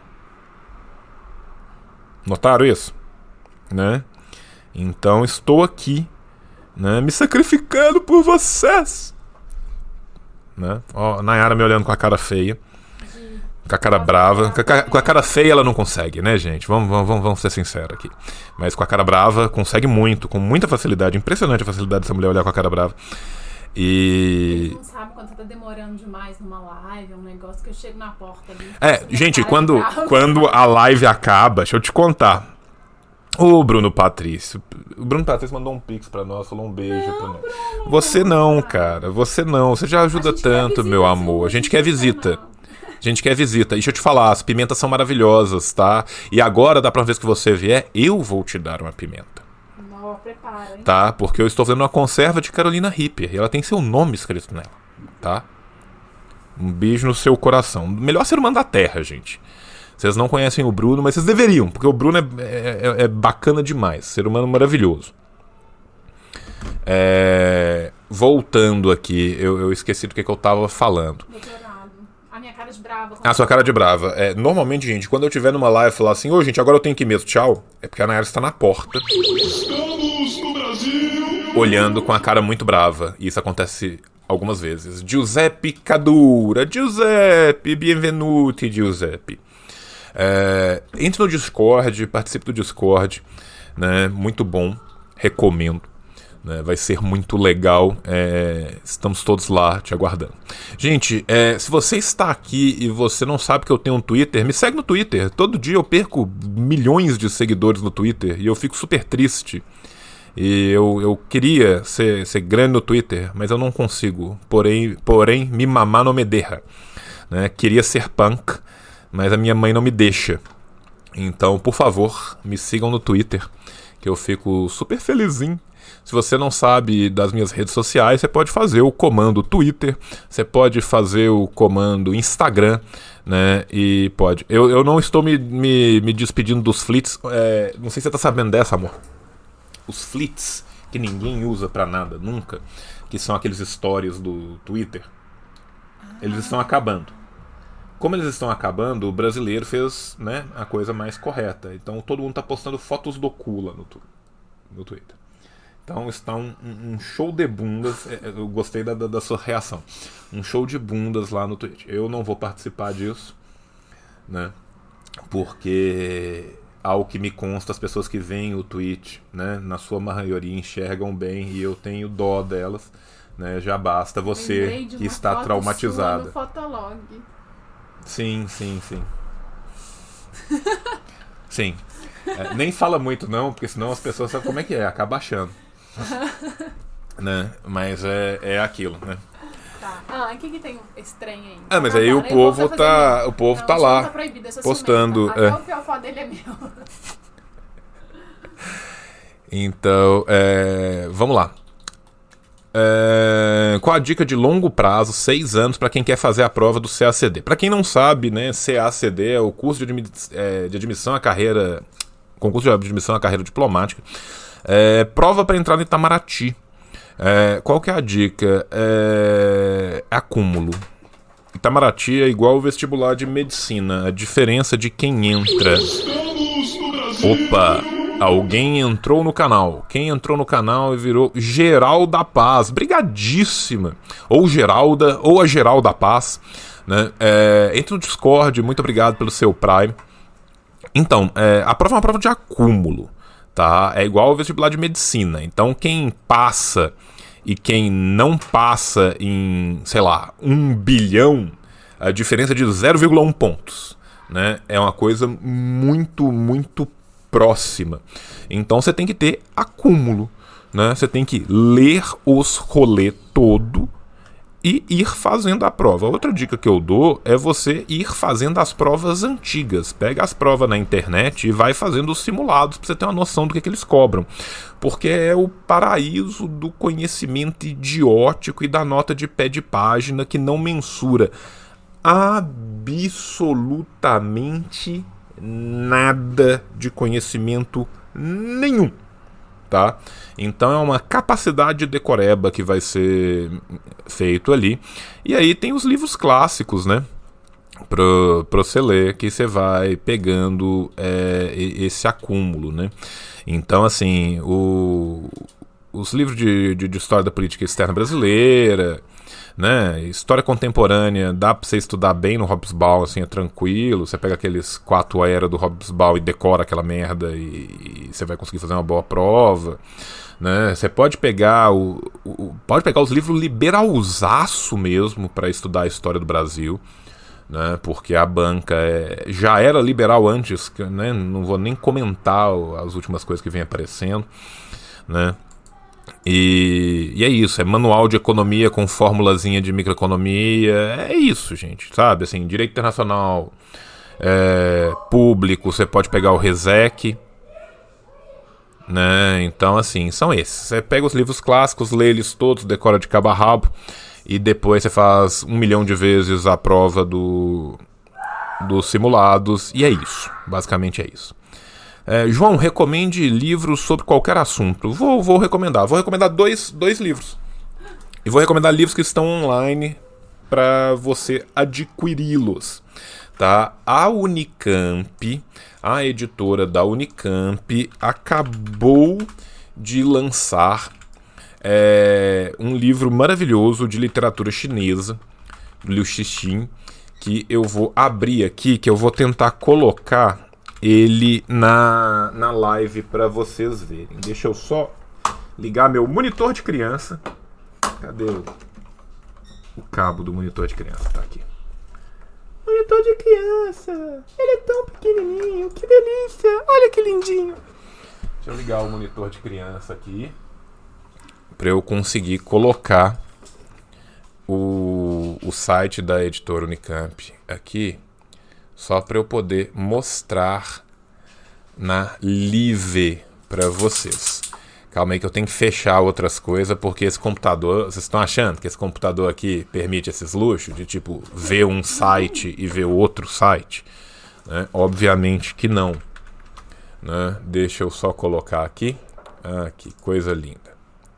Notaram isso? Né? Então estou aqui, né, me sacrificando por vocês. Né? Ó, Nayara me olhando com a cara feia. Com a cara brava. Com a cara feia ela não consegue, né, gente? Vamos ser sinceros aqui. Mas com a cara brava consegue muito, com muita facilidade. Impressionante a facilidade dessa mulher olhar com a cara brava. E... não sabe quando tá demorando demais numa live, é um negócio que eu chego na porta ali. Gente, quando a live acaba, deixa eu te contar. O Bruno Patrício mandou um pix pra nós, falou um beijo pra nós. Você não, cara, você não. Você já ajuda tanto, meu amor. A gente quer visita. A gente quer visita. E deixa eu te falar, as pimentas são maravilhosas, tá? E agora, da próxima vez que você vier, eu vou te dar uma pimenta. Prepara, hein? Tá? Porque eu estou fazendo uma conserva de Carolina Reaper e ela tem seu nome escrito nela, tá? Um beijo no seu coração. Melhor ser humano da Terra, gente. Vocês não conhecem o Bruno, mas vocês deveriam, porque o Bruno é bacana demais. Ser humano maravilhoso. Voltando aqui, eu esqueci do que eu tava falando. A minha cara de brava. A sua cara de brava. Normalmente, gente, quando eu estiver numa live e falar assim, gente, agora eu tenho que ir mesmo, tchau, é porque a Nayara está na porta. Estamos no Brasil. Olhando com a cara muito brava. E isso acontece algumas vezes. Giuseppe Cadura. Giuseppe, benvenuti, Giuseppe. Entre no Discord, participe do Discord, né? Muito bom, recomendo, né? Vai ser muito legal. Estamos todos lá te aguardando. Gente, se você está aqui e você não sabe que eu tenho um Twitter, me segue no Twitter. Todo dia eu perco milhões de seguidores no Twitter e eu fico super triste. E eu queria ser grande no Twitter, mas eu não consigo. Porém me mamar não me derra, né? Queria ser punk, mas a minha mãe não me deixa. Então, por favor, me sigam no Twitter, que eu fico super felizinho. Se você não sabe das minhas redes sociais, você pode fazer o comando Twitter, você pode fazer o comando Instagram, né? E pode. Eu não estou me despedindo dos flits. Não sei se você tá sabendo dessa, amor. Os flits, que ninguém usa pra nada, nunca, que são aqueles stories do Twitter, eles estão acabando. Como eles estão acabando, o brasileiro fez, né, a coisa mais correta. Então todo mundo tá postando fotos do cu lá no Twitter. Então está um show de bundas. Eu gostei da sua reação. Um show de bundas lá no Twitch. Eu não vou participar disso, né? Porque, ao que me consta, as pessoas que veem o Twitch, né, na sua maioria enxergam bem e eu tenho dó delas, né? Já basta você que está traumatizada. No Fotolog. Sim. Sim. Nem fala muito não, porque senão as pessoas sabem como é que é, acaba achando. Né? Mas é aquilo, né? Tá. O que tem esse trem aí? Mas aí o povo tá lá proibido, postando. Até o pior foto dele é meu. Então, vamos lá. Qual a dica de longo prazo, 6 anos, para quem quer fazer a prova do CACD? Para quem não sabe, né, CACD é o curso de admissão à carreira, concurso de admissão à carreira diplomática. Prova para entrar no Itamaraty. Qual que é a dica? Acúmulo. Itamaraty é igual ao vestibular de medicina. A diferença de quem entra. Opa! Alguém entrou no canal. Quem entrou no canal e virou Geralda Paz. Brigadíssima. Ou Geralda, ou a Geralda Paz. Né? Entre no Discord. Muito obrigado pelo seu Prime. Então, a prova é uma prova de acúmulo. Tá? É igual ao vestibular de medicina. Então, quem passa e quem não passa em, sei lá, 1 bilhão, a diferença é de 0,1 pontos. Né? É uma coisa muito, muito próxima. Então você tem que ter acúmulo, né? Você tem que ler os rolê todo e ir fazendo a prova. Outra dica que eu dou é você ir fazendo as provas antigas. Pega as provas na internet e vai fazendo os simulados para você ter uma noção do que eles cobram. Porque é o paraíso do conhecimento idiótico e da nota de pé de página que não mensura absolutamente nada de conhecimento nenhum, tá? Então é uma capacidade de decoreba que vai ser feito ali. E aí tem os livros clássicos, né? Pra você ler, que você vai pegando esse acúmulo, né? Então, assim, os livros de história da política externa brasileira, né? História contemporânea, dá pra você estudar bem no Hobsbawm, assim, é tranquilo. Você pega aqueles 4 eras do Hobsbawm e decora aquela merda e você vai conseguir fazer uma boa prova, né? Você pode pegar os livros liberalzaço mesmo para estudar a história do Brasil, né? Porque a banca já era liberal antes, né? Não vou nem comentar as últimas coisas que vem aparecendo, né? E é isso, é manual de economia com formulazinha de microeconomia, é isso, gente, sabe? Assim, direito internacional público, você pode pegar o RESEC, né? Então, assim, são esses. Você pega os livros clássicos, lê eles todos, decora de cabo a rabo, e depois você faz 1 milhão de vezes a prova dos simulados, e é isso, basicamente é isso. João, recomende livros sobre qualquer assunto. Vou recomendar. Vou recomendar dois livros. E vou recomendar livros que estão online para você adquiri-los. Tá? A Unicamp, a editora da Unicamp, acabou de lançar um livro maravilhoso de literatura chinesa, do Liu Cixin, que eu vou abrir aqui, que eu vou tentar colocar ele na live para vocês verem. Deixa eu só ligar meu monitor de criança. Cadê o cabo do monitor de criança? Tá aqui. Monitor de criança. Ele é tão pequenininho. Que delícia. Olha que lindinho. Deixa eu ligar o monitor de criança aqui para eu conseguir colocar o site da editora Unicamp aqui, só para eu poder mostrar na live para vocês. Calma aí que eu tenho que fechar outras coisas, porque esse computador... Vocês estão achando que esse computador aqui permite esses luxos? De tipo, ver um site e ver outro site? Né? Obviamente que não. Né? Deixa eu só colocar aqui. Ah, que coisa linda.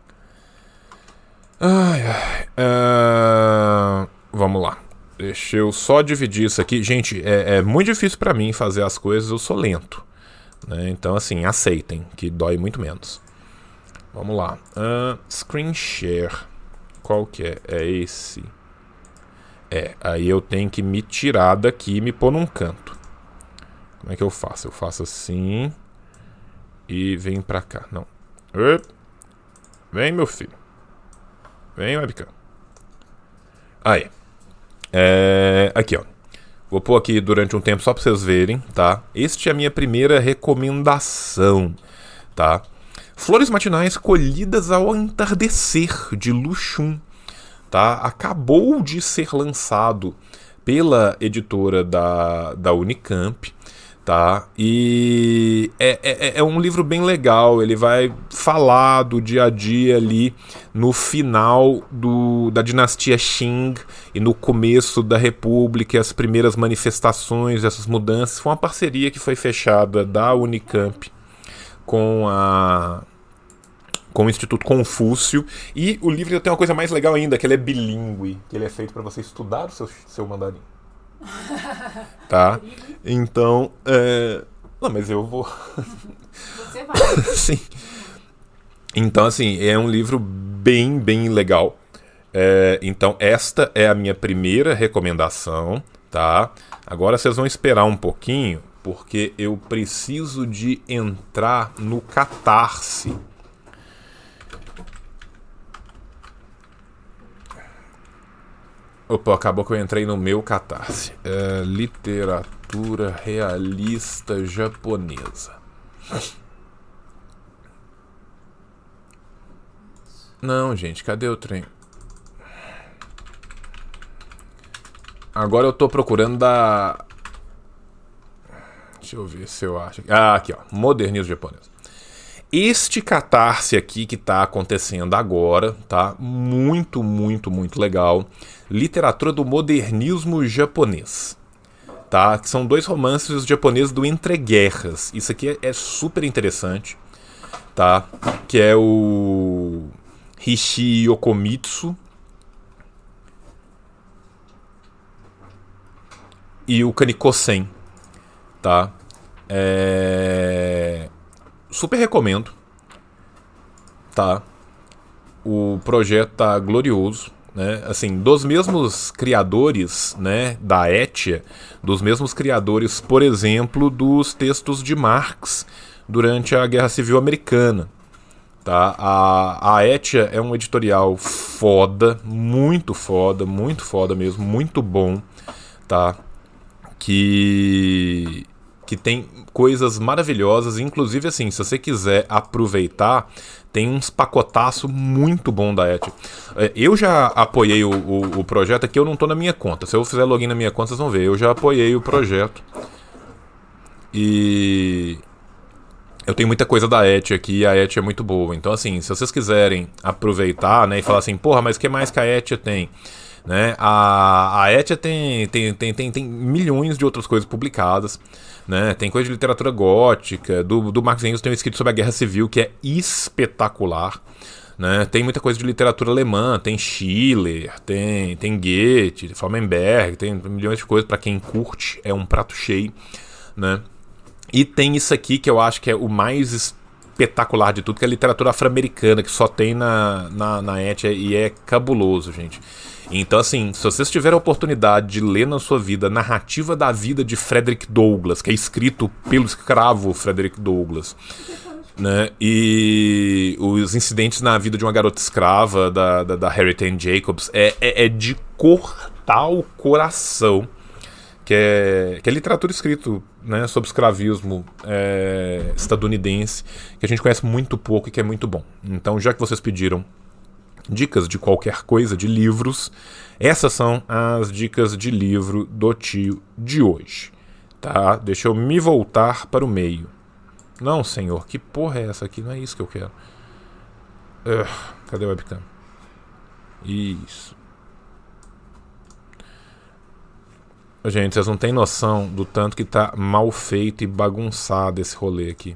Vamos lá. Deixa eu só dividir isso aqui. Gente, é muito difícil pra mim fazer as coisas, eu sou lento, né? Então, assim, aceitem, que dói muito menos. Vamos lá. Screen share. Qual que é? É esse. Aí eu tenho que me tirar daqui e me pôr num canto. Como é que eu faço? Eu faço assim e venho pra cá. Não. Vem, meu filho. Vem, webcam. Aí. Aqui, ó. Vou pôr aqui durante um tempo só pra vocês verem, tá? Este é a minha primeira recomendação, tá? Flores matinais colhidas ao entardecer, de Lu Xun. Tá? Acabou de ser lançado pela editora da Unicamp, tá? E é um livro bem legal. Ele vai falar do dia a dia ali no final da dinastia Qing e no começo da República, as primeiras manifestações, essas mudanças. Foi uma parceria que foi fechada da Unicamp com o Instituto Confúcio. E o livro tem uma coisa mais legal ainda, que ele é bilíngue, que ele é feito para você estudar o seu mandarim. Tá? Então, não, mas eu vou... Você vai. Sim. Então, assim, é um livro bem, bem legal. Então, esta é a minha primeira recomendação, tá? Agora vocês vão esperar um pouquinho, porque eu preciso de entrar no Catarse. Opa, acabou que eu entrei no meu Catarse. Literatura realista japonesa. Não, gente, cadê o trem? Agora eu tô procurando da... Deixa eu ver se eu acho. Aqui, ó. Modernismo japonês. Este Catarse aqui que tá acontecendo agora, tá? Muito, muito, muito legal. Literatura do modernismo japonês, tá? Que são 2 romances japoneses do entreguerras. Isso aqui é super interessante, tá? Que é o Hishi Yokomitsu e o Kaniko-sen, tá? Super recomendo, tá? O projeto tá glorioso, né? Assim, dos mesmos criadores, né, da Etia, dos mesmos criadores, por exemplo, dos textos de Marx durante a Guerra Civil Americana, tá? A Etia é um editorial foda mesmo, muito bom, tá? Que tem coisas maravilhosas, inclusive assim, se você quiser aproveitar, tem uns pacotaço muito bom da Etia. Eu já apoiei o projeto aqui, eu não tô na minha conta. Se eu fizer login na minha conta, vocês vão ver. Eu já apoiei o projeto. E eu tenho muita coisa da Etia aqui, e a Etia é muito boa. Então assim, se vocês quiserem aproveitar, né, e falar assim, porra, mas o que mais que a Etia tem? Né? A Etia tem milhões de outras coisas publicadas, né? Tem coisa de literatura gótica, do Marx Engels tem um escrito sobre a Guerra Civil que é espetacular, né? Tem muita coisa de literatura alemã, tem Schiller, tem Goethe, Flammenberg, tem milhões de coisas para quem curte, é um prato cheio, né? E tem isso aqui que eu acho que é o mais espetacular de tudo, que é a literatura afro-americana, que só tem na Etia, e é cabuloso, gente. Então, assim, se vocês tiverem a oportunidade de ler na sua vida a narrativa da vida de Frederick Douglass, que é escrito pelo escravo Frederick Douglass, né, e os incidentes na vida de uma garota escrava, da Harriet Ann Jacobs, é de cortar o coração, que é literatura escrita, né, sobre escravismo estadunidense, que a gente conhece muito pouco e que é muito bom. Então, já que vocês pediram dicas de qualquer coisa, de livros, essas são as dicas de livro do tio de hoje, tá? Deixa eu me voltar para o meio. Não, senhor, que porra é essa aqui? Não é isso que eu quero. Cadê o webcam? Isso. Gente, vocês não têm noção do tanto que tá mal feito e bagunçado esse rolê aqui.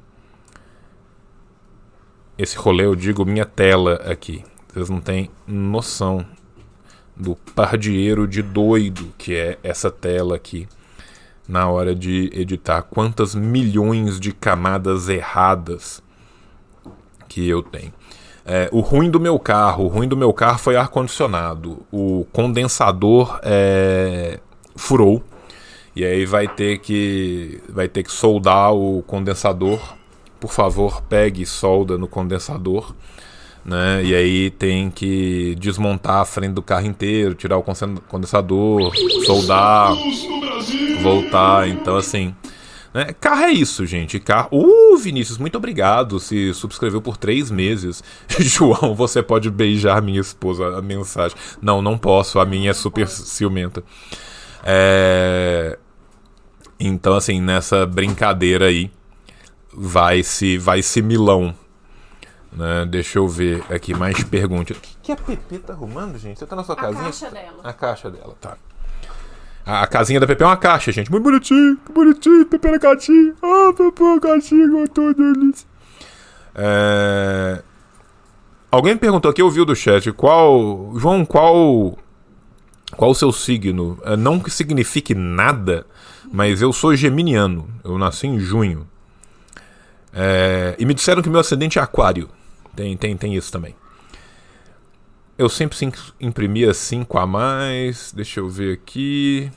Esse rolê, eu digo, minha tela aqui. Vocês não têm noção do pardieiro de doido que é essa tela aqui na hora de editar. Quantas milhões de camadas erradas que eu tenho. O ruim do meu carro foi ar-condicionado. O condensador furou. E aí vai ter que soldar o condensador. Por favor, pegue e solda no condensador. Né? E aí tem que desmontar a frente do carro inteiro, tirar o condensador, soldar, voltar. Então, assim, né? Carro é isso, gente. Carro. Vinícius, muito obrigado. Se subscreveu por 3 meses. João, você pode beijar minha esposa. A mensagem. Não posso. A minha é super ciumenta. Então, assim, nessa brincadeira aí, vai-se Milão. Né? Deixa eu ver aqui mais perguntas. O que a Pepe tá arrumando, gente? Você tá na sua casinha? A caixa dela. A caixa dela, tá. A casinha da Pepe é uma caixa, gente. Muito bonitinho, Pepe era gatinho. Pepe é gatinho, gostou deles. Alguém me perguntou aqui, eu vi do chat, João, qual o seu signo? Não que signifique nada, mas eu sou geminiano. Eu nasci em junho. E me disseram que meu ascendente é aquário. Tem isso também. Eu sempre imprimia 5 a mais. Deixa eu ver aqui.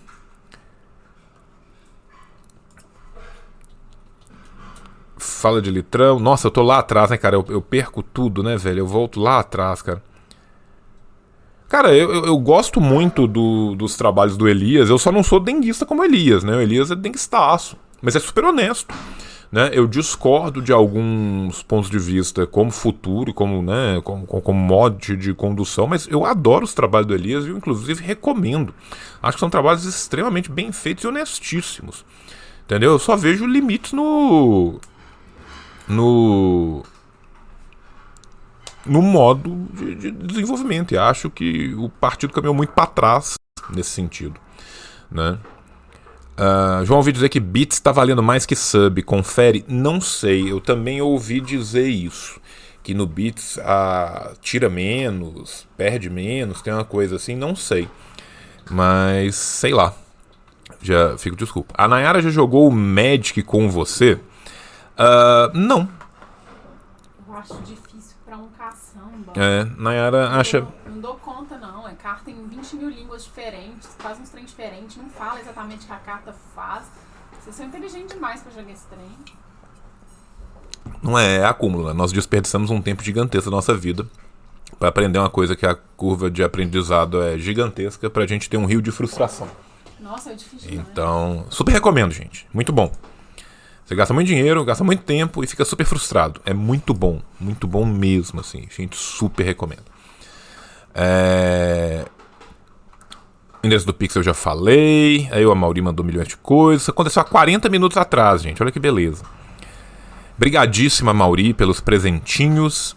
Fala de litrão. Nossa, eu tô lá atrás, né, cara? Eu perco tudo, né, velho? Eu volto lá atrás, cara. Cara, eu gosto muito dos trabalhos do Elias. Eu só não sou denguista como o Elias, né? O Elias é denguistaço. Mas é super honesto. Né, eu discordo de alguns pontos de vista como futuro, como mod de condução, mas eu adoro os trabalhos do Elias e eu inclusive recomendo. Acho que são trabalhos extremamente bem feitos e honestíssimos. Entendeu? Eu só vejo limites no modo de desenvolvimento e acho que o partido caminhou muito para trás nesse sentido. Né? João ouvi dizer que bits está valendo mais que sub. Confere? Não sei. Eu também ouvi dizer isso. Que no bits tira menos, perde menos, tem uma coisa assim. Não sei. Mas sei lá. Já fico desculpa. A Nayara já jogou o Magic com você? Não. Eu acho difícil pra um caçamba. Nayara acha... Não dou conta, não. Carta em 20 mil línguas diferentes, faz uns trem diferentes, não fala exatamente o que a carta faz. Vocês são inteligentes demais pra jogar esse trem. Não é acúmulo, né? Nós desperdiçamos um tempo gigantesco da nossa vida pra aprender uma coisa que a curva de aprendizado é gigantesca pra gente ter um rio de frustração. Nossa, é difícil. Então, super recomendo, gente. Muito bom. Você gasta muito dinheiro, gasta muito tempo e fica super frustrado. É muito bom mesmo, assim. Gente, super recomendo. O endereço do Pix eu já falei. Aí o Amauri mandou milhões de coisas. Isso aconteceu há 40 minutos atrás, gente. Olha que beleza. Brigadíssima, Amauri, pelos presentinhos.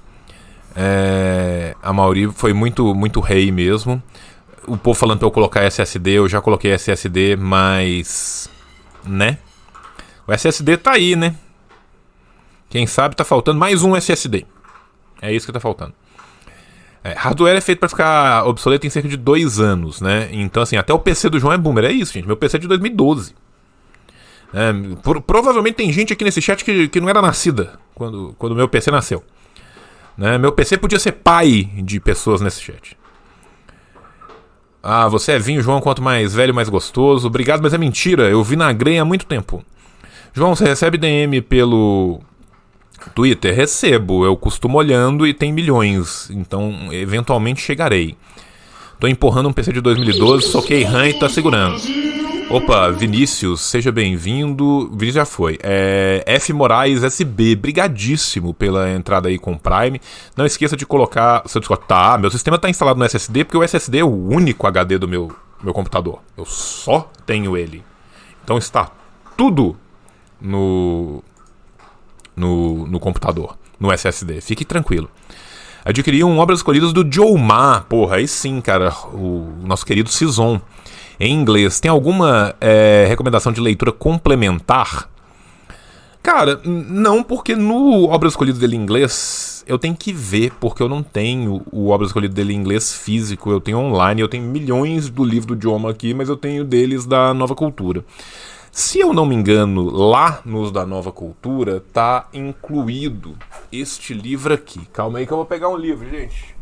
A Amauri foi muito rei mesmo. O povo falando pra eu colocar SSD. Eu já coloquei SSD, mas... né? O SSD tá aí, né? Quem sabe tá faltando mais um SSD. É isso que tá faltando. Hardware é feito pra ficar obsoleto em cerca de 2 anos, né? Então, assim, até o PC do João é boomer. É isso, gente. Meu PC é de 2012. Provavelmente tem gente aqui nesse chat que não era nascida quando o meu PC nasceu. Né? Meu PC podia ser pai de pessoas nesse chat. Você é vinho, João, quanto mais velho, mais gostoso. Obrigado, mas é mentira. Eu vinagrei há muito tempo. João, você recebe DM pelo Twitter? Recebo. Eu costumo olhando e tem milhões. Então, eventualmente chegarei. Tô empurrando um PC de 2012, soquei RAM e tá segurando. Opa, Vinícius, seja bem-vindo. Vinícius já foi. F Moraes SB, brigadíssimo pela entrada aí com o Prime. Não esqueça de colocar seu Discord. Tá, meu sistema tá instalado no SSD, porque o SSD é o único HD do meu computador. Eu só tenho ele. Então está tudo no computador, no SSD. Fique tranquilo. Adquiri Obras Escolhidas do Jomar. Porra, aí sim, cara. O nosso querido Cison. Em inglês. Tem alguma recomendação de leitura complementar? Cara, não, porque no Obras Escolhidas dele em inglês eu tenho que ver, porque eu não tenho o Obras Escolhidas dele em inglês físico. Eu tenho online, eu tenho milhões do livro do idioma aqui, mas eu tenho deles da Nova Cultura. Se eu não me engano, lá nos da Nova Cultura tá incluído este livro aqui. Calma aí que eu vou pegar um livro, gente.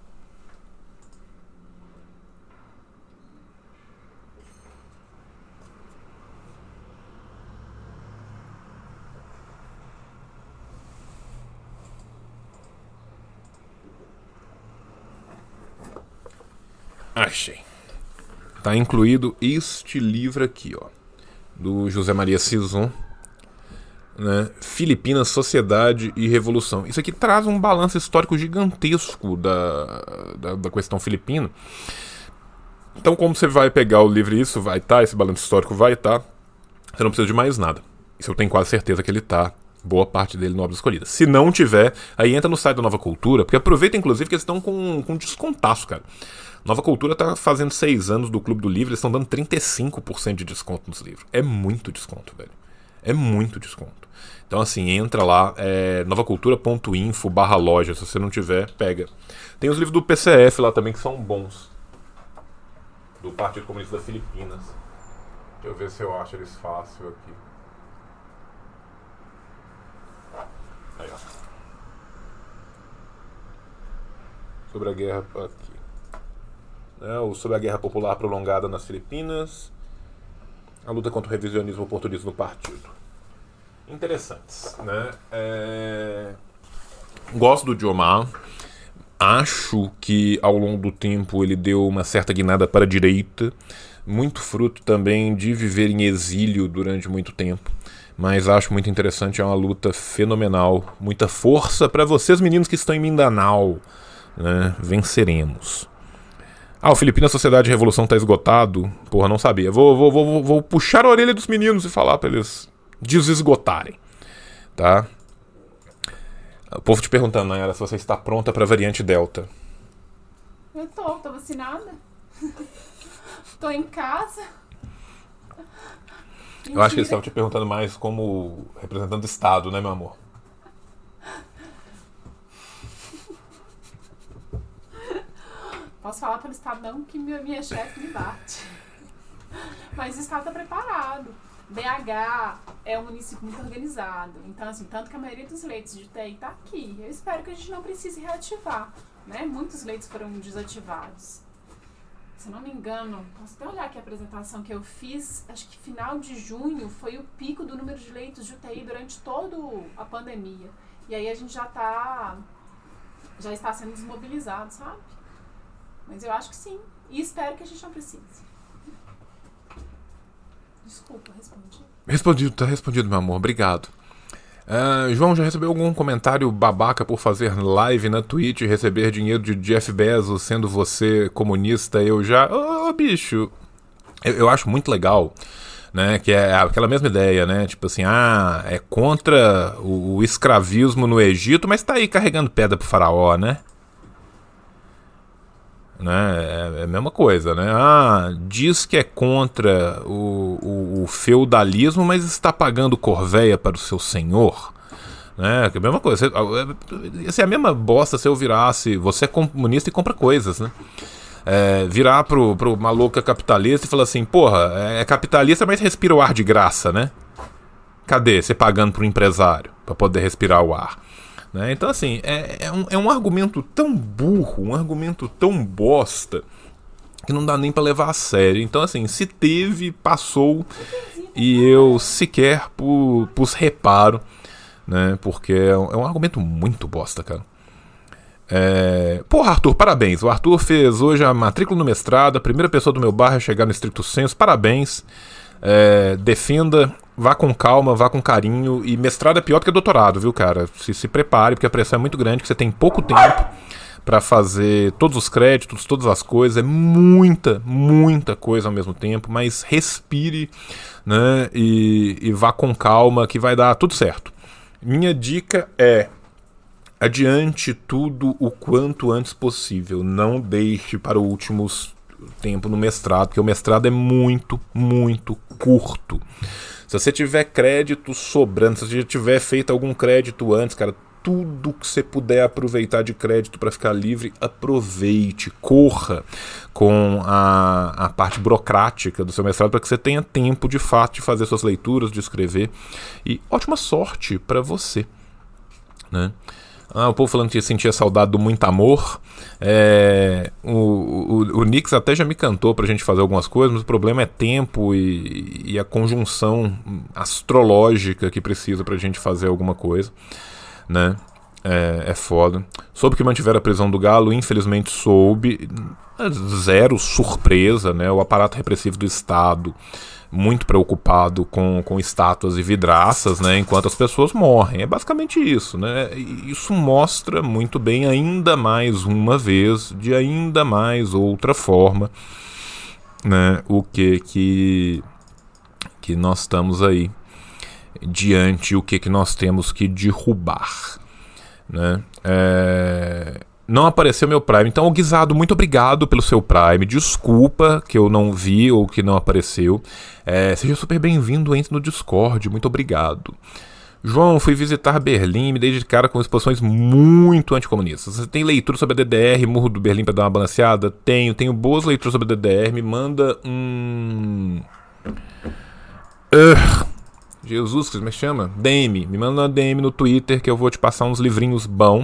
Achei. Tá incluído este livro aqui, ó, do José Maria Sison, né? Filipinas, Sociedade e Revolução. Isso aqui traz um balanço histórico gigantesco da questão filipina. Então, como você vai pegar o livro, isso vai estar, esse balanço histórico vai estar, você não precisa de mais nada. Isso eu tenho quase certeza que ele tá, boa parte dele no Obra Escolhida. Se não tiver, aí entra no site da Nova Cultura, porque aproveita inclusive que eles estão com descontaço, cara. Nova Cultura tá fazendo 6 anos do Clube do Livro, eles estão dando 35% de desconto nos livros. É muito desconto, velho. É muito desconto. Então, assim, entra lá, novacultura.info/loja. Se você não tiver, pega. Tem os livros do PCF lá também que são bons. Do Partido Comunista das Filipinas. Deixa eu ver se eu acho eles fácil aqui. Aí, ó. Sobre a guerra aqui. Sobre a guerra popular prolongada nas Filipinas, a luta contra o revisionismo oportunista no partido. Interessantes, né? Gosto do Jomar. Acho que ao longo do tempo ele deu uma certa guinada para a direita, muito fruto também de viver em exílio durante muito tempo. Mas acho muito interessante, é uma luta fenomenal. Muita força para vocês, meninos que estão em Mindanao, né? Venceremos. O Filipinas, Sociedade e Revolução tá esgotado. Porra, não sabia. Vou puxar a orelha dos meninos e falar pra eles desesgotarem. Tá? O povo te perguntando, Nayara, se você está pronta pra variante Delta. Eu tô vacinada. Tô em casa. Eu acho que eles estavam te perguntando mais como representante do Estado, né, meu amor? Posso falar pelo Estado não que minha chefe me bate. Mas o Estado está preparado. BH é um município muito organizado. Então, assim, tanto que a maioria dos leitos de UTI está aqui. Eu espero que a gente não precise reativar, né? Muitos leitos foram desativados. Se não me engano, posso até olhar aqui a apresentação que eu fiz, acho que final de junho foi o pico do número de leitos de UTI durante toda a pandemia. E aí a gente já está sendo desmobilizado, sabe? Mas eu acho que sim. E espero que a gente não precise. Desculpa, respondi. Tá respondido, meu amor. Obrigado. João, já recebeu algum comentário babaca por fazer live na Twitch e receber dinheiro de Jeff Bezos, sendo você comunista? Eu já... bicho. Eu acho muito legal, né? Que é aquela mesma ideia, né? Tipo assim, é contra o escravismo no Egito, mas tá aí carregando pedra pro faraó, né? É a mesma coisa, né? Diz que é contra o feudalismo, mas está pagando corvéia para o seu senhor, né? Que é a mesma coisa. Assim, a mesma bosta se eu virasse. Você é comunista e compra coisas, né? Virar pro maluco capitalista e falar assim: porra, é capitalista, mas respira o ar de graça, né? Cadê? Você pagando pro empresário para poder respirar o ar. Né? Então, assim, é um argumento tão burro, um argumento tão bosta, que não dá nem pra levar a sério. Então, assim, se teve, passou, e eu sequer pus reparo, né? Porque é um argumento muito bosta, cara. Porra, Arthur, parabéns. O Arthur fez hoje a matrícula no mestrado, a primeira pessoa do meu bairro a chegar no estricto senso. Parabéns. Defenda, vá com calma, vá com carinho. E mestrado é pior do que doutorado, viu, cara? Se prepare, porque a pressão é muito grande, que você tem pouco tempo pra fazer todos os créditos, todas as coisas. É muita coisa ao mesmo tempo. Mas respire, né? E vá com calma, que vai dar tudo certo. Minha dica é: adiante tudo o quanto antes possível. Não deixe para o último tempo no mestrado, porque o mestrado é muito Se você tiver crédito sobrando, se você já tiver feito algum crédito antes, cara, tudo que você puder aproveitar de crédito para ficar livre, aproveite, corra com a parte burocrática do seu mestrado para que você tenha tempo de fato de fazer suas leituras, de escrever, e ótima sorte para você, né? O povo falando que sentia saudade do Muito Amor. O Nix até já me cantou pra gente fazer algumas coisas, mas o problema é tempo e a conjunção astrológica que precisa pra gente fazer alguma coisa, né? É foda. Soube que mantiveram a prisão do Galo, infelizmente soube. Zero surpresa, né? O aparato repressivo do Estado muito preocupado com estátuas e vidraças, né, enquanto as pessoas morrem. É basicamente isso, né? Isso mostra muito bem, ainda mais uma vez, de ainda mais outra forma, né, o que nós estamos aí diante, o que nós temos que derrubar, né? Não apareceu meu Prime. Então, Guisado, muito obrigado pelo seu Prime. Desculpa que eu não vi ou que não apareceu. Seja super bem-vindo, entre no Discord. Muito obrigado. João, fui visitar Berlim e me dei de cara com exposições muito anticomunistas. Você tem leitura sobre a DDR, Murro do Berlim, para dar uma balanceada? Tenho boas leituras sobre a DDR. Me manda Jesus, como é que chama? DM. Me manda uma DM no Twitter que eu vou te passar uns livrinhos bons.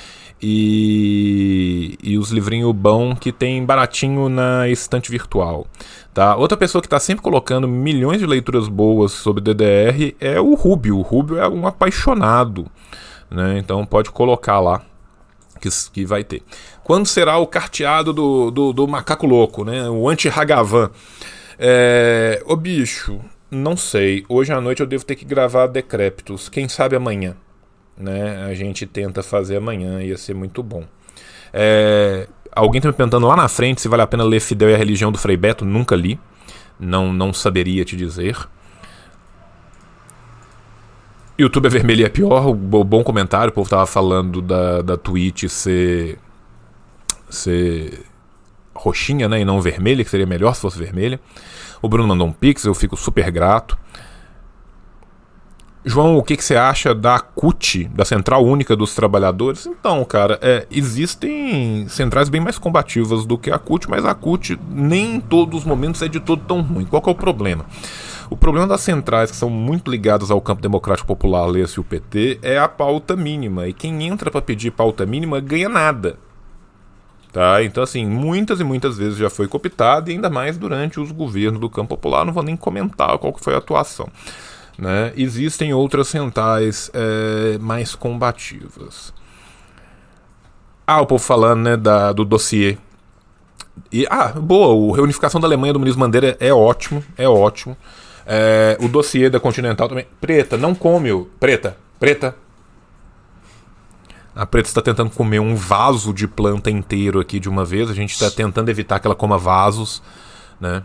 E os livrinhos bons que tem baratinho na estante virtual, tá? Outra pessoa que está sempre colocando milhões de leituras boas sobre DDR é o Rubio. O Rubio é um apaixonado, né? Então pode colocar lá que vai ter. Quando será o carteado do macaco louco, né? O anti-Hagavan. Ô bicho, não sei. Hoje à noite eu devo ter que gravar Decrépitos. Quem sabe amanhã, né? A gente tenta fazer amanhã, ia ser muito bom. Alguém tá me perguntando lá na frente se vale a pena ler Fidel e a Religião do Frei Beto. Nunca li, não saberia te dizer. YouTube é vermelho e é pior. O bom comentário, o povo tava falando da Twitch ser roxinha, né, e não vermelha, que seria melhor se fosse vermelha. O Bruno mandou um pix, eu fico super grato. João, o que você acha da CUT, da Central Única dos Trabalhadores? Então, cara, existem centrais bem mais combativas do que a CUT, mas a CUT nem em todos os momentos é de todo tão ruim. Qual que é o problema? O problema das centrais que são muito ligadas ao campo democrático popular, lê-se o PT, é a pauta mínima. E quem entra para pedir pauta mínima ganha nada. Tá? Então, assim, muitas e muitas vezes já foi cooptado, e ainda mais durante os governos do campo popular. Não vou nem comentar qual que foi a atuação, né? Existem outras centrais mais combativas. O povo falando, né, do dossiê. Boa, a reunificação da Alemanha do ministro Bandeira é ótimo, é ótimo. O dossiê da Continental também. Preta, não come Preta. A Preta está tentando comer um vaso de planta inteiro aqui de uma vez. A gente está tentando evitar que ela coma vasos, né?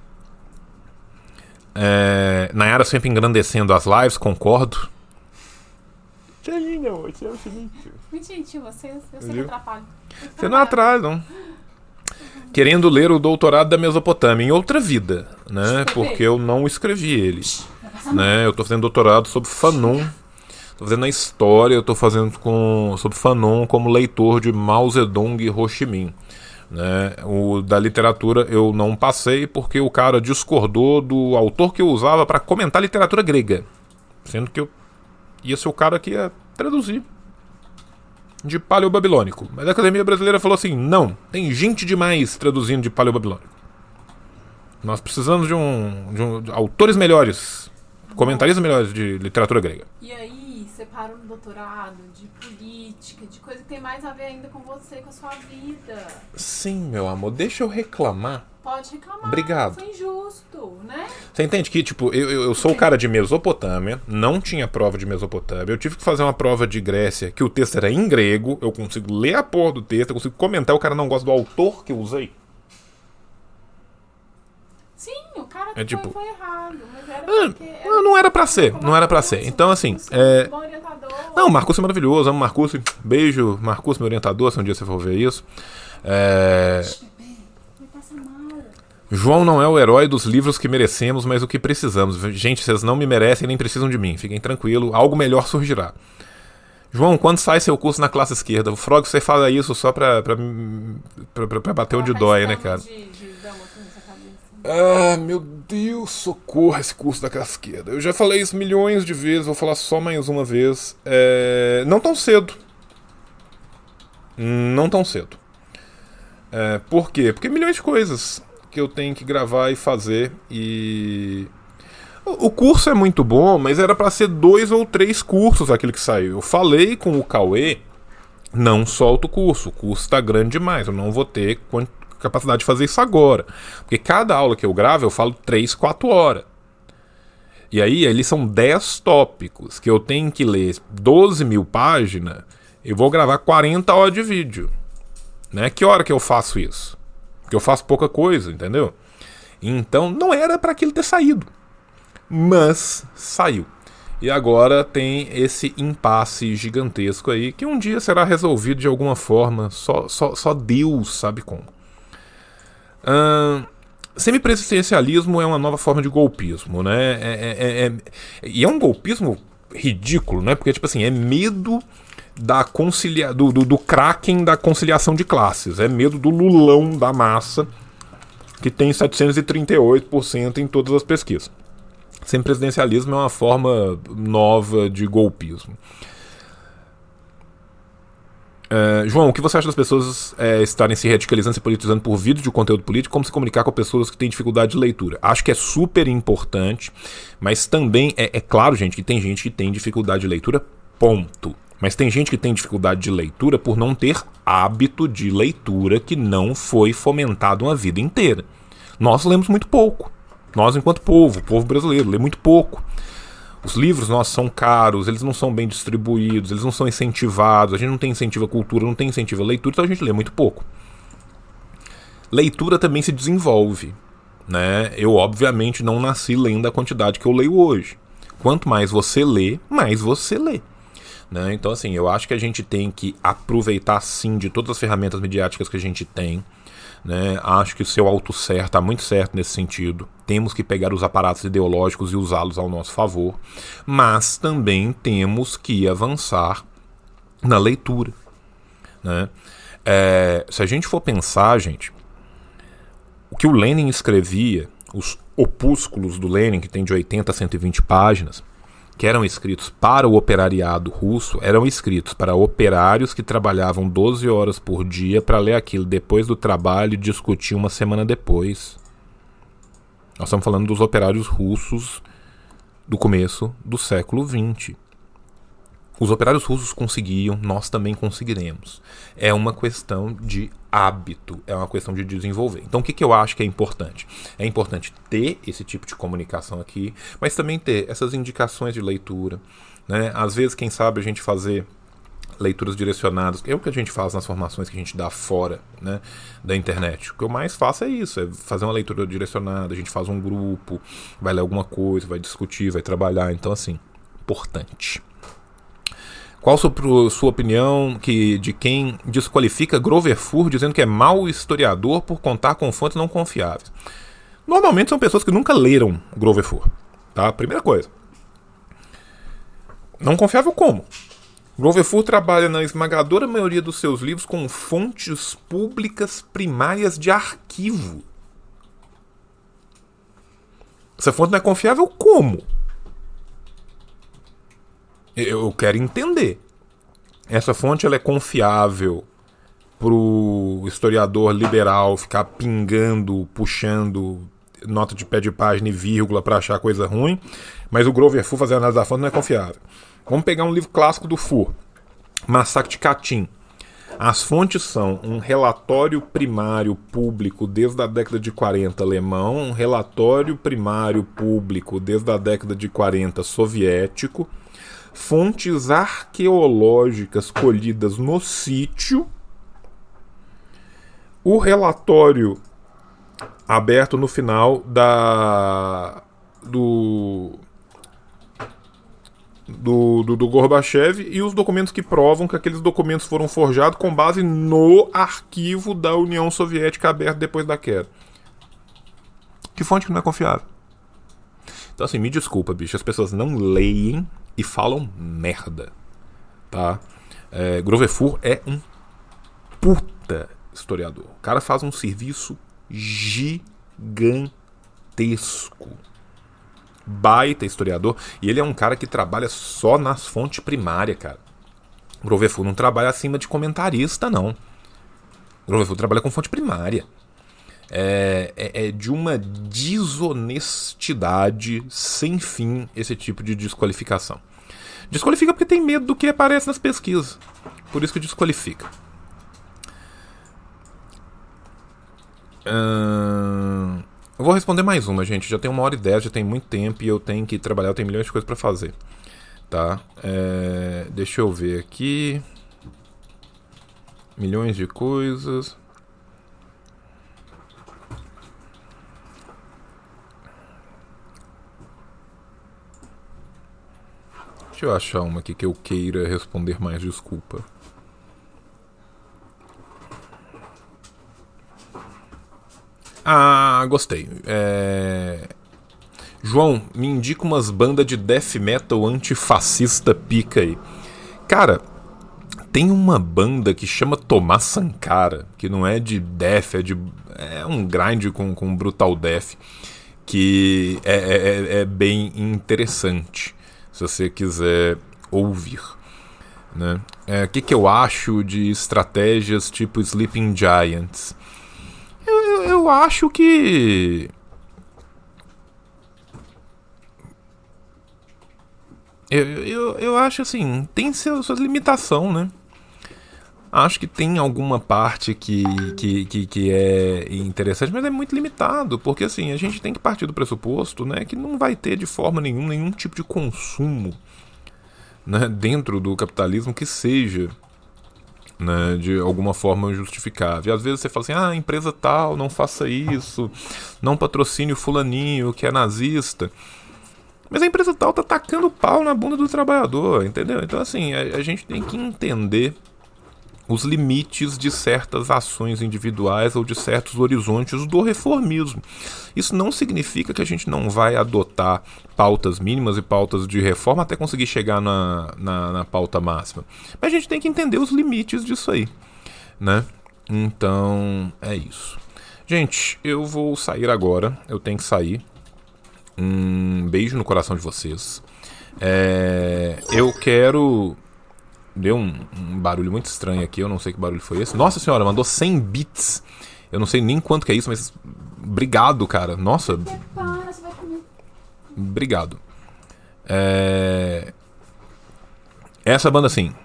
Nayara sempre engrandecendo as lives, concordo. Você é o seguinte. Muito gentil, eu sei que atrapalho. Você não atrasa, não. Querendo ler o doutorado da Mesopotâmia em outra vida, né? Porque eu não escrevi ele, né? Eu estou fazendo doutorado sobre Fanon. Estou fazendo a história, eu estou fazendo sobre Fanon como leitor de Mao Zedong e Ho Chi Minh. Né? O da literatura eu não passei porque o cara discordou do autor que eu usava para comentar literatura grega, sendo que eu ia ser o cara que ia traduzir de paleobabilônico. Mas a Academia Brasileira falou assim: não, tem gente demais traduzindo de paleobabilônico. Nós precisamos de autores melhores, comentaristas melhores de literatura grega. E aí, você parou no doutorado de política, de coisa que tem mais a ver ainda com você, com a sua vida. Sim, meu amor, deixa eu reclamar. Pode reclamar. Obrigado. Foi injusto, né? Você entende que, tipo, eu sou o cara de Mesopotâmia, não tinha prova de Mesopotâmia, eu tive que fazer uma prova de Grécia, que o texto era em grego, eu consigo ler a porra do texto, eu consigo comentar, o cara não gosta do autor que eu usei. Sim, o cara tipo, foi errado, mas era porque... não era pra ser, não era pra ser. Então, assim, Bom orientador. Não, o Marcos é maravilhoso, amo o Marcos. Beijo, Marcos, meu orientador, se um dia você for ver isso. João não é o herói dos livros que merecemos, mas o que precisamos. Gente, vocês não me merecem nem precisam de mim. Fiquem tranquilos, algo melhor surgirá. João, quando sai seu curso na classe esquerda? O Frog, você fala isso só pra bater onde dói, né, cara? Ah, meu Deus, socorro esse curso da classe esquerda. Eu já falei isso milhões de vezes, vou falar só mais uma vez. Não tão cedo. Não tão cedo. Por quê? Porque milhões de coisas que eu tenho que gravar e fazer. E o curso é muito bom, mas era pra ser 2 ou 3 cursos aquele que saiu. Eu falei com o Cauê, não solta o curso tá grande demais, eu não vou ter capacidade de fazer isso agora. Porque cada aula que eu gravo eu falo 3, 4 horas. E aí eles são 10 tópicos que eu tenho que ler 12 mil páginas. Eu vou gravar 40 horas de vídeo, né? Que hora que eu faço isso? Porque eu faço pouca coisa, entendeu? Então não era para aquilo ter saído, mas saiu. E agora tem esse impasse gigantesco aí que um dia será resolvido de alguma forma. Só Deus sabe como. Semipresidencialismo é uma nova forma de golpismo, né? E é um golpismo ridículo, né? Porque, tipo assim, é medo do Kraken da conciliação de classes. É medo do Lulão da massa, que tem 738% em todas as pesquisas. Semipresidencialismo é uma forma nova de golpismo. João, o que você acha das pessoas estarem se radicalizando, se politizando por vídeos de conteúdo político? Como se comunicar com pessoas que têm dificuldade de leitura? Acho que é super importante, mas também é claro, gente, que tem gente que tem dificuldade de leitura, ponto. Mas tem gente que tem dificuldade de leitura por não ter hábito de leitura que não foi fomentado uma vida inteira. Nós lemos muito pouco. Nós, enquanto povo brasileiro, lê muito pouco. Os livros nossos são caros, eles não são bem distribuídos, eles não são incentivados, a gente não tem incentivo à cultura, não tem incentivo à leitura, então a gente lê muito pouco. Leitura também se desenvolve, né? Eu, obviamente, não nasci lendo a quantidade que eu leio hoje. Quanto mais você lê, mais você lê. Né? Então, assim, eu acho que a gente tem que aproveitar, sim, de todas as ferramentas midiáticas que a gente tem. Né? Acho que o seu auto certo está muito certo nesse sentido. Temos que pegar os aparatos ideológicos e usá-los ao nosso favor, mas também temos que avançar na leitura, né? Se a gente for pensar, gente, o que o Lenin escrevia, os opúsculos do Lenin, que tem de 80 a 120 páginas, que eram escritos para o operariado russo, eram escritos para operários que trabalhavam 12 horas por dia para ler aquilo depois do trabalho e discutir uma semana depois. Nós estamos falando dos operários russos do começo do século XX. Os operários russos conseguiam, nós também conseguiremos. É uma questão de hábito, é uma questão de desenvolver. Então o que eu acho que é importante? É importante ter esse tipo de comunicação aqui, mas também ter essas indicações de leitura, né? Às vezes, quem sabe, a gente fazer leituras direcionadas, é o que a gente faz nas formações que a gente dá fora, né, da internet. O que eu mais faço é isso, é fazer uma leitura direcionada, a gente faz um grupo, vai ler alguma coisa, vai discutir, vai trabalhar. Então, assim, importante. Qual a sua opinião de quem desqualifica Grover Furth dizendo que é mau historiador por contar com fontes não confiáveis? Normalmente são pessoas que nunca leram Grover Furth, tá? Primeira coisa. Não confiável como? Grover Furth trabalha na esmagadora maioria dos seus livros com fontes públicas primárias de arquivo. Essa fonte não é confiável como? Eu quero entender. Essa fonte ela é confiável pro historiador liberal ficar pingando, puxando nota de pé de página e vírgula para achar coisa ruim, mas o Grover Furth fazer a análise da fonte não é confiável. Vamos pegar um livro clássico do Furth, Massacre de Katyn. As fontes são um relatório primário público desde a década de 40 alemão, um relatório primário público desde a década de 40 soviético, fontes arqueológicas colhidas no sítio, o relatório aberto no final do Gorbachev e os documentos que provam que aqueles documentos foram forjados com base no arquivo da União Soviética aberto depois da queda. Que fonte que não é confiável? Então, assim, me desculpa, bicho, as pessoas não leem e falam merda, tá? Grover Furr é um puta historiador. O cara faz um serviço gigantesco. Baita historiador. E ele é um cara que trabalha só nas fontes primárias, cara. Grover Furr não trabalha acima de comentarista, não. Grover Furr trabalha com fonte primária. É de uma desonestidade sem fim esse tipo de desqualificação. Desqualifica porque tem medo do que aparece nas pesquisas. Por isso que desqualifica. Eu vou responder mais uma, gente. Já tem 1h10, já tem muito tempo e eu tenho que trabalhar, eu tenho milhões de coisas pra fazer. Tá? Deixa eu ver aqui. Milhões de coisas. Deixa eu achar uma aqui que eu queira responder mais, desculpa. Gostei. João, me indica umas bandas de death metal antifascista pica aí. Cara, tem uma banda que chama Tomás Sankara, que não é de death, é um grind com brutal death, que é bem interessante, se você quiser ouvir, né? O que eu acho de estratégias tipo Sleeping Giants? Eu acho que... Eu acho assim, tem suas limitações, né? Acho que tem alguma parte que é interessante, mas é muito limitado, porque assim, a gente tem que partir do pressuposto, né, que não vai ter de forma nenhum tipo de consumo, né, dentro do capitalismo que seja, né, de alguma forma justificável. E às vezes você fala assim, empresa tal, não faça isso, não patrocine o fulaninho que é nazista. Mas a empresa tal tá tacando pau na bunda do trabalhador, entendeu? Então assim, a gente tem que entender os limites de certas ações individuais ou de certos horizontes do reformismo. Isso não significa que a gente não vai adotar pautas mínimas e pautas de reforma até conseguir chegar na pauta máxima. Mas a gente tem que entender os limites disso aí, né? Então, é isso. Gente, eu vou sair agora. Eu tenho que sair. Um beijo no coração de vocês. Eu quero... Deu um barulho muito estranho aqui, eu não sei que barulho foi esse. Nossa senhora, mandou 100 bits. Eu não sei nem quanto que é isso, mas obrigado, cara. Nossa. Obrigado. Essa banda, assim.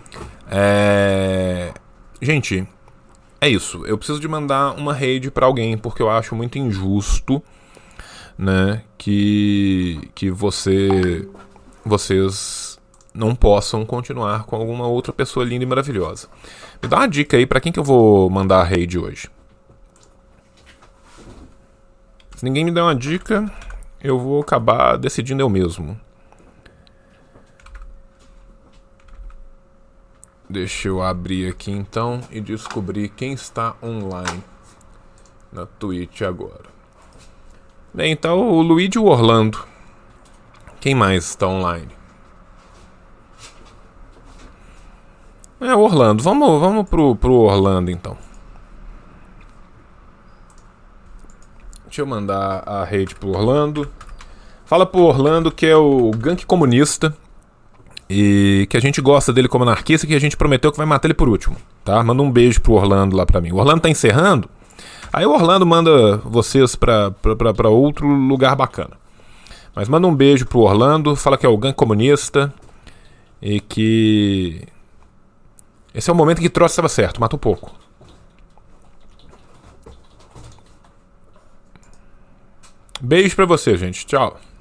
Gente, é isso. Eu preciso de mandar uma raid pra alguém, porque eu acho muito injusto, né, que vocês não possam continuar com alguma outra pessoa linda e maravilhosa. Me dá uma dica aí pra quem que eu vou mandar a raid hoje. Se ninguém me der uma dica, eu vou acabar decidindo eu mesmo. Deixa eu abrir aqui então e descobrir quem está online na Twitch agora. Bem, então o Luigi e o Orlando. Quem mais está online? O Orlando. Vamos pro Orlando, então. Deixa eu mandar a rede pro Orlando. Fala pro Orlando que é o gank comunista e que a gente gosta dele como anarquista e que a gente prometeu que vai matar ele por último, tá? Manda um beijo pro Orlando lá pra mim. O Orlando tá encerrando. Aí o Orlando manda vocês pra outro lugar bacana. Mas manda um beijo pro Orlando. Fala que é o gank comunista e que... esse é o momento que troço estava certo, mata um pouco. Beijo pra você, gente. Tchau.